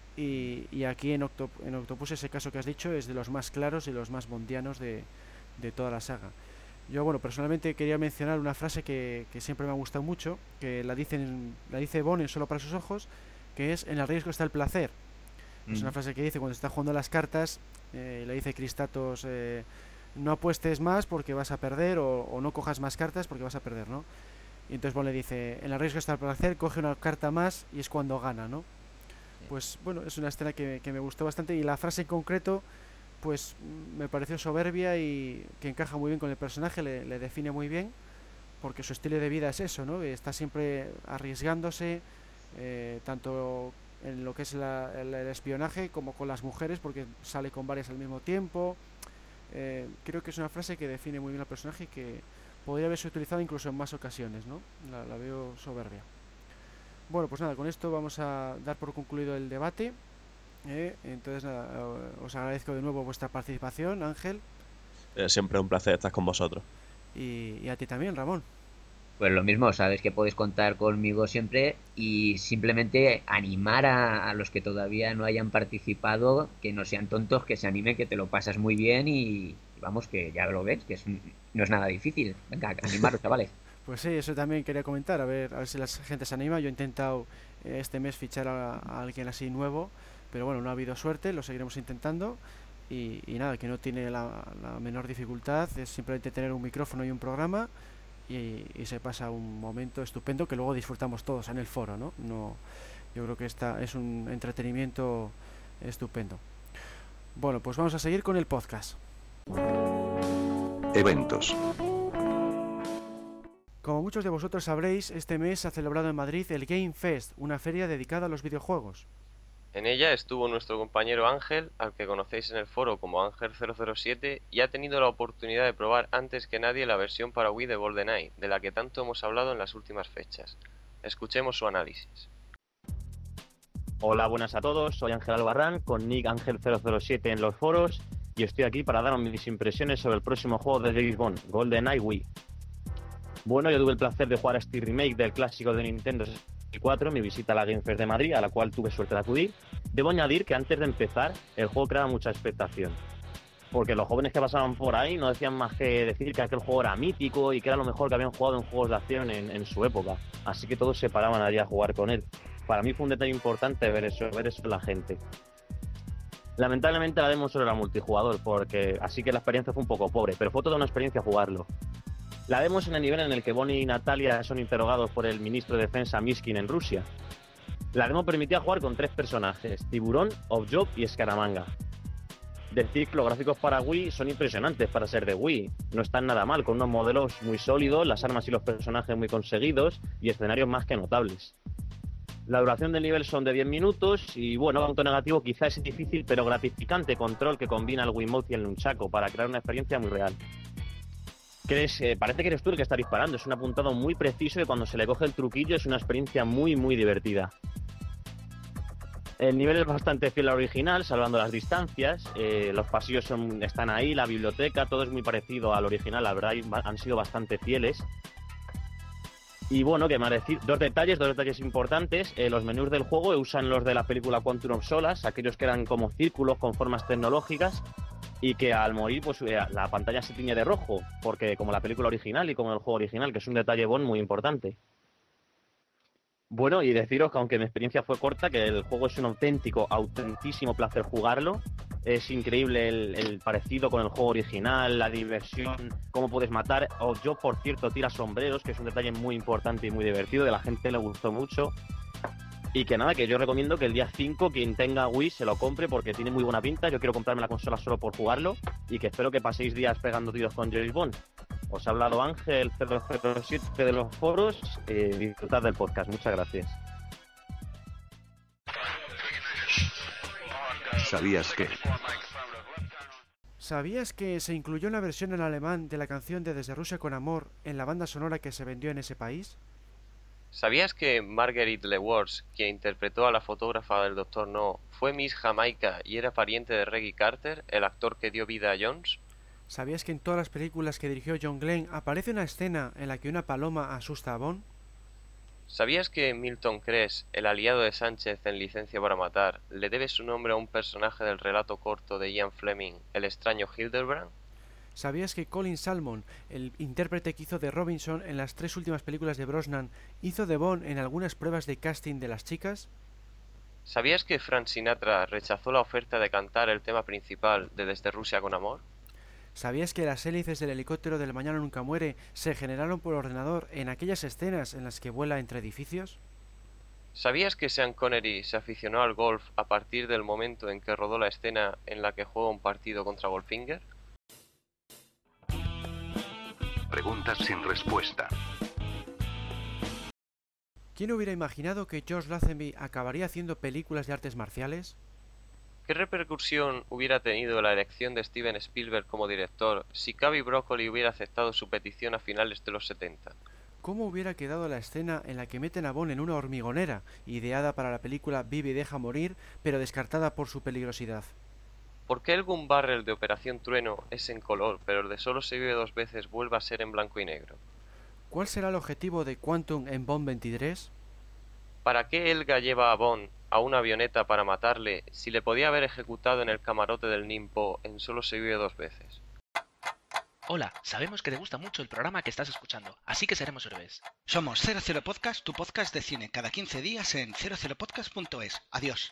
Y, y aquí en, Octop en Octopus ese caso que has dicho es de los más claros y los más bondianos de, de toda la saga. Yo, bueno, personalmente quería mencionar una frase que, que siempre me ha gustado mucho, que la, dicen, la dice Bond en Solo para sus ojos, que es: en el riesgo está el placer. Es una Mm, frase que dice cuando está jugando las cartas, eh, le dice Cristatos, eh, no apuestes más porque vas a perder, o, o no cojas más cartas porque vas a perder, ¿no? Y entonces Bond le dice, en el riesgo está el placer, coge una carta más y es cuando gana, ¿no? Pues bueno, es una escena que, que me gustó bastante, y la frase en concreto, pues mm, me pareció soberbia y que encaja muy bien con el personaje, le, le define muy bien, porque su estilo de vida es eso, ¿no? Está siempre arriesgándose, eh, tanto en lo que es la- el, el espionaje como con las mujeres, porque sale con varias al mismo tiempo. Eh, creo que es una frase que define muy bien al personaje y que podría haberse utilizado incluso en más ocasiones, ¿no? La, la veo soberbia. Bueno, pues nada, con esto vamos a dar por concluido el debate. ¿eh? Entonces, nada, eh, os agradezco de nuevo vuestra participación, Ángel, Eh, siempre es un placer estar con vosotros. y, y a ti también, Ramón. Pues lo mismo, sabes que podéis contar conmigo siempre y simplemente animar a, a los que todavía no hayan participado, que no sean tontos, que se animen, que te lo pasas muy bien y, y vamos, que ya lo ves, que es, un- no es nada difícil. Venga, animaros, chavales. Pues sí, eso también quería comentar, a ver, a ver si la gente se anima. Yo he intentado eh, este mes fichar a, a alguien así nuevo, pero bueno, no ha habido suerte, lo seguiremos intentando. Y, y nada, que no tiene la, la menor dificultad, es simplemente tener un micrófono y un programa, y, y se pasa un momento estupendo que luego disfrutamos todos en el foro, ¿no? No, yo creo que esta es un entretenimiento estupendo. Bueno, pues vamos a seguir con el podcast. Eventos. Como muchos de vosotros sabréis, este mes se ha celebrado en Madrid el Game Fest, una feria dedicada a los videojuegos. En ella estuvo nuestro compañero Ángel, al que conocéis en el foro como Ángel cero cero siete, y ha tenido la oportunidad de probar antes que nadie la versión para Wii de GoldenEye, de la que tanto hemos hablado en las últimas fechas. Escuchemos su análisis. Hola, buenas a todos, soy Ángel Albarrán, con nick Ángel cero cero siete en los foros, y estoy aquí para daros mis impresiones sobre el próximo juego de James Bond, GoldenEye Wii. Bueno, yo tuve el placer de jugar a este remake del clásico de Nintendo sesenta y cuatro en mi visita a la Game Fest de Madrid, a la cual tuve suerte de acudir. Debo añadir que antes de empezar, el juego creaba mucha expectación, porque los jóvenes que pasaban por ahí no decían más que decir que aquel juego era mítico y que era lo mejor que habían jugado en juegos de acción en, en su época, así que todos se paraban allí a jugar con él. Para mí fue un detalle importante ver eso, ver eso en la gente. Lamentablemente la demo solo era multijugador, porque así que la experiencia fue un poco pobre, pero fue toda una experiencia jugarlo. La demo es en el nivel en el que Bonnie y Natalia son interrogados por el ministro de Defensa Miskin en Rusia. La demo permitía jugar con tres personajes, Tiburón, Oddjob y Scaramanga. Decir que los gráficos para Wii son impresionantes para ser de Wii. No están nada mal, con unos modelos muy sólidos, las armas y los personajes muy conseguidos y escenarios más que notables. La duración del nivel son de diez minutos y, bueno, punto negativo quizá es difícil pero gratificante control que combina el Wiimote y el Nunchaku para crear una experiencia muy real. Crees, eh, parece que eres tú el que está disparando, es un apuntado muy preciso y cuando se le coge el truquillo es una experiencia muy muy divertida. El nivel es bastante fiel al original, salvando las distancias, eh, los pasillos son, están ahí, la biblioteca, todo es muy parecido al original, la verdad han sido bastante fieles. Y bueno, que me ha decir dos detalles, dos detalles importantes. Eh, los menús del juego usan los de la película Quantum of Solace, aquellos que eran como círculos con formas tecnológicas, y que al morir pues eh, la pantalla se tiñe de rojo, porque como la película original y como el juego original, que es un detalle Bond muy importante. Bueno, y deciros que aunque mi experiencia fue corta, que el juego es un auténtico, autentísimo placer jugarlo. Es increíble el, el parecido con el juego original, la diversión, cómo puedes matar. O yo, por cierto, tira sombreros, que es un detalle muy importante y muy divertido, de la gente le gustó mucho. Y que nada, que yo recomiendo que el día cinco quien tenga Wii se lo compre porque tiene muy buena pinta. Yo quiero comprarme la consola solo por jugarlo y que espero que paséis días pegando tiros con James Bond. Os ha hablado Ángel cero cero siete de los foros. Eh, disfrutad del podcast. Muchas gracias. ¿Sabías que? ¿Sabías que se incluyó una versión en alemán de la canción de Desde Rusia con Amor en la banda sonora que se vendió en ese país? ¿Sabías que Marguerite LeWars, quien interpretó a la fotógrafa del Doctor No, fue Miss Jamaica y era pariente de Reggie Carter, el actor que dio vida a Jones? ¿Sabías que en todas las películas que dirigió John Glenn aparece una escena en la que una paloma asusta a Bond? ¿Sabías que Milton Kress, el aliado de Sánchez en Licencia para Matar, le debe su nombre a un personaje del relato corto de Ian Fleming, el extraño Hildebrand? ¿Sabías que Colin Salmon, el intérprete que hizo de Robinson en las tres últimas películas de Brosnan, hizo de Bond en algunas pruebas de casting de las chicas? ¿Sabías que Frank Sinatra rechazó la oferta de cantar el tema principal de Desde Rusia con Amor? ¿Sabías que las hélices del helicóptero del Mañana Nunca Muere se generaron por ordenador en aquellas escenas en las que vuela entre edificios? ¿Sabías que Sean Connery se aficionó al golf a partir del momento en que rodó la escena en la que juega un partido contra Goldfinger? Preguntas sin respuesta. ¿Quién hubiera imaginado que George Lazenby acabaría haciendo películas de artes marciales? ¿Qué repercusión hubiera tenido la elección de Steven Spielberg como director si Cubby Broccoli hubiera aceptado su petición a finales de los setenta? ¿Cómo hubiera quedado la escena en la que meten a Bond en una hormigonera, ideada para la película Vive y deja morir, pero descartada por su peligrosidad? ¿Por qué el Gun Barrel de Operación Trueno es en color, pero el de Solo se vive dos veces vuelve a ser en blanco y negro? ¿Cuál será el objetivo de Quantum en Bond veintitrés? ¿Para qué Helga lleva a Bond a una avioneta para matarle si le podía haber ejecutado en el camarote del Nimpo en Solo se vive dos veces? Hola, sabemos que te gusta mucho el programa que estás escuchando, así que seremos héroes. Somos cero cero Podcast, tu podcast de cine, cada quince días en cero cero podcast punto es. Adiós.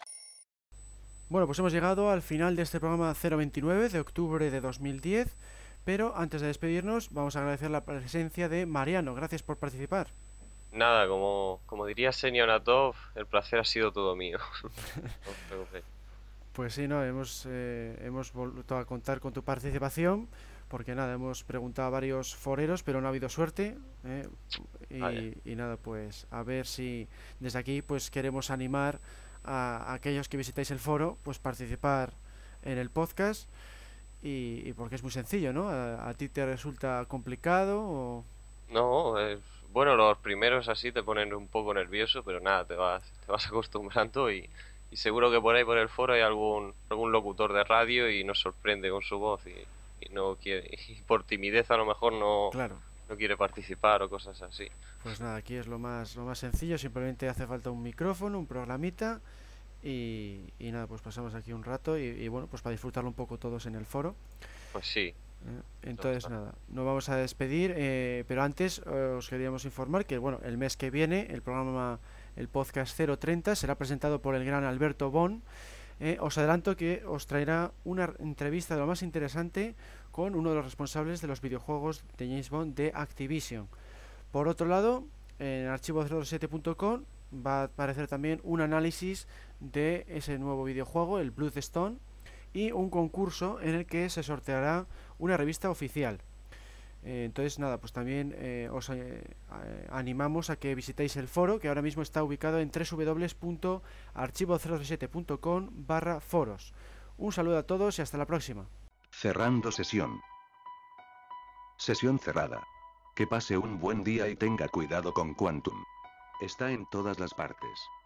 Bueno, pues hemos llegado al final de este programa cero veintinueve de octubre de dos mil diez, pero antes de despedirnos vamos a agradecer la presencia de Mariano. Gracias por participar. Nada, como, como diría Senionatov, el placer ha sido todo mío. No os preocupéis. Pues sí, no, hemos, eh, hemos vuelto a contar con tu participación, porque nada, hemos preguntado a varios foreros, pero no ha habido suerte, eh, y, Vaya. y nada, pues a ver si desde aquí pues queremos animar a, a aquellos que visitáis el foro, pues participar en el podcast, y, y porque es muy sencillo, ¿no? ¿A, a ti te resulta complicado o...? No, eh, bueno, los primeros así te ponen un poco nervioso, pero nada, te vas, te vas acostumbrando y, y seguro que por ahí por el foro hay algún, algún locutor de radio y nos sorprende con su voz y, y no quiere, y por timidez a lo mejor no, Claro. no quiere participar o cosas así. Pues nada, aquí es lo más, lo más sencillo, simplemente hace falta un micrófono, un programita y, y nada, pues pasamos aquí un rato y, y bueno, pues para disfrutarlo un poco todos en el foro. Pues sí. ¿eh? Entonces nada, nos vamos a despedir, eh, pero antes eh, os queríamos informar que bueno, el mes que viene el programa, el podcast cero treinta será presentado por el gran Alberto Bond. Eh, os adelanto que os traerá una entrevista de lo más interesante con uno de los responsables de los videojuegos de James Bond de Activision. Por otro lado, en archivo cero cero siete punto com va a aparecer también un análisis de ese nuevo videojuego, el Bloodstone, y un concurso en el que se sorteará una revista oficial. Eh, entonces nada, pues también eh, os eh, animamos a que visitéis el foro, que ahora mismo está ubicado en doble u doble u doble u punto archivo cero cero siete punto com barra foros. Un saludo a todos y hasta la próxima. Cerrando sesión. Sesión cerrada. Que pase un buen día y tenga cuidado con Quantum. Está en todas las partes.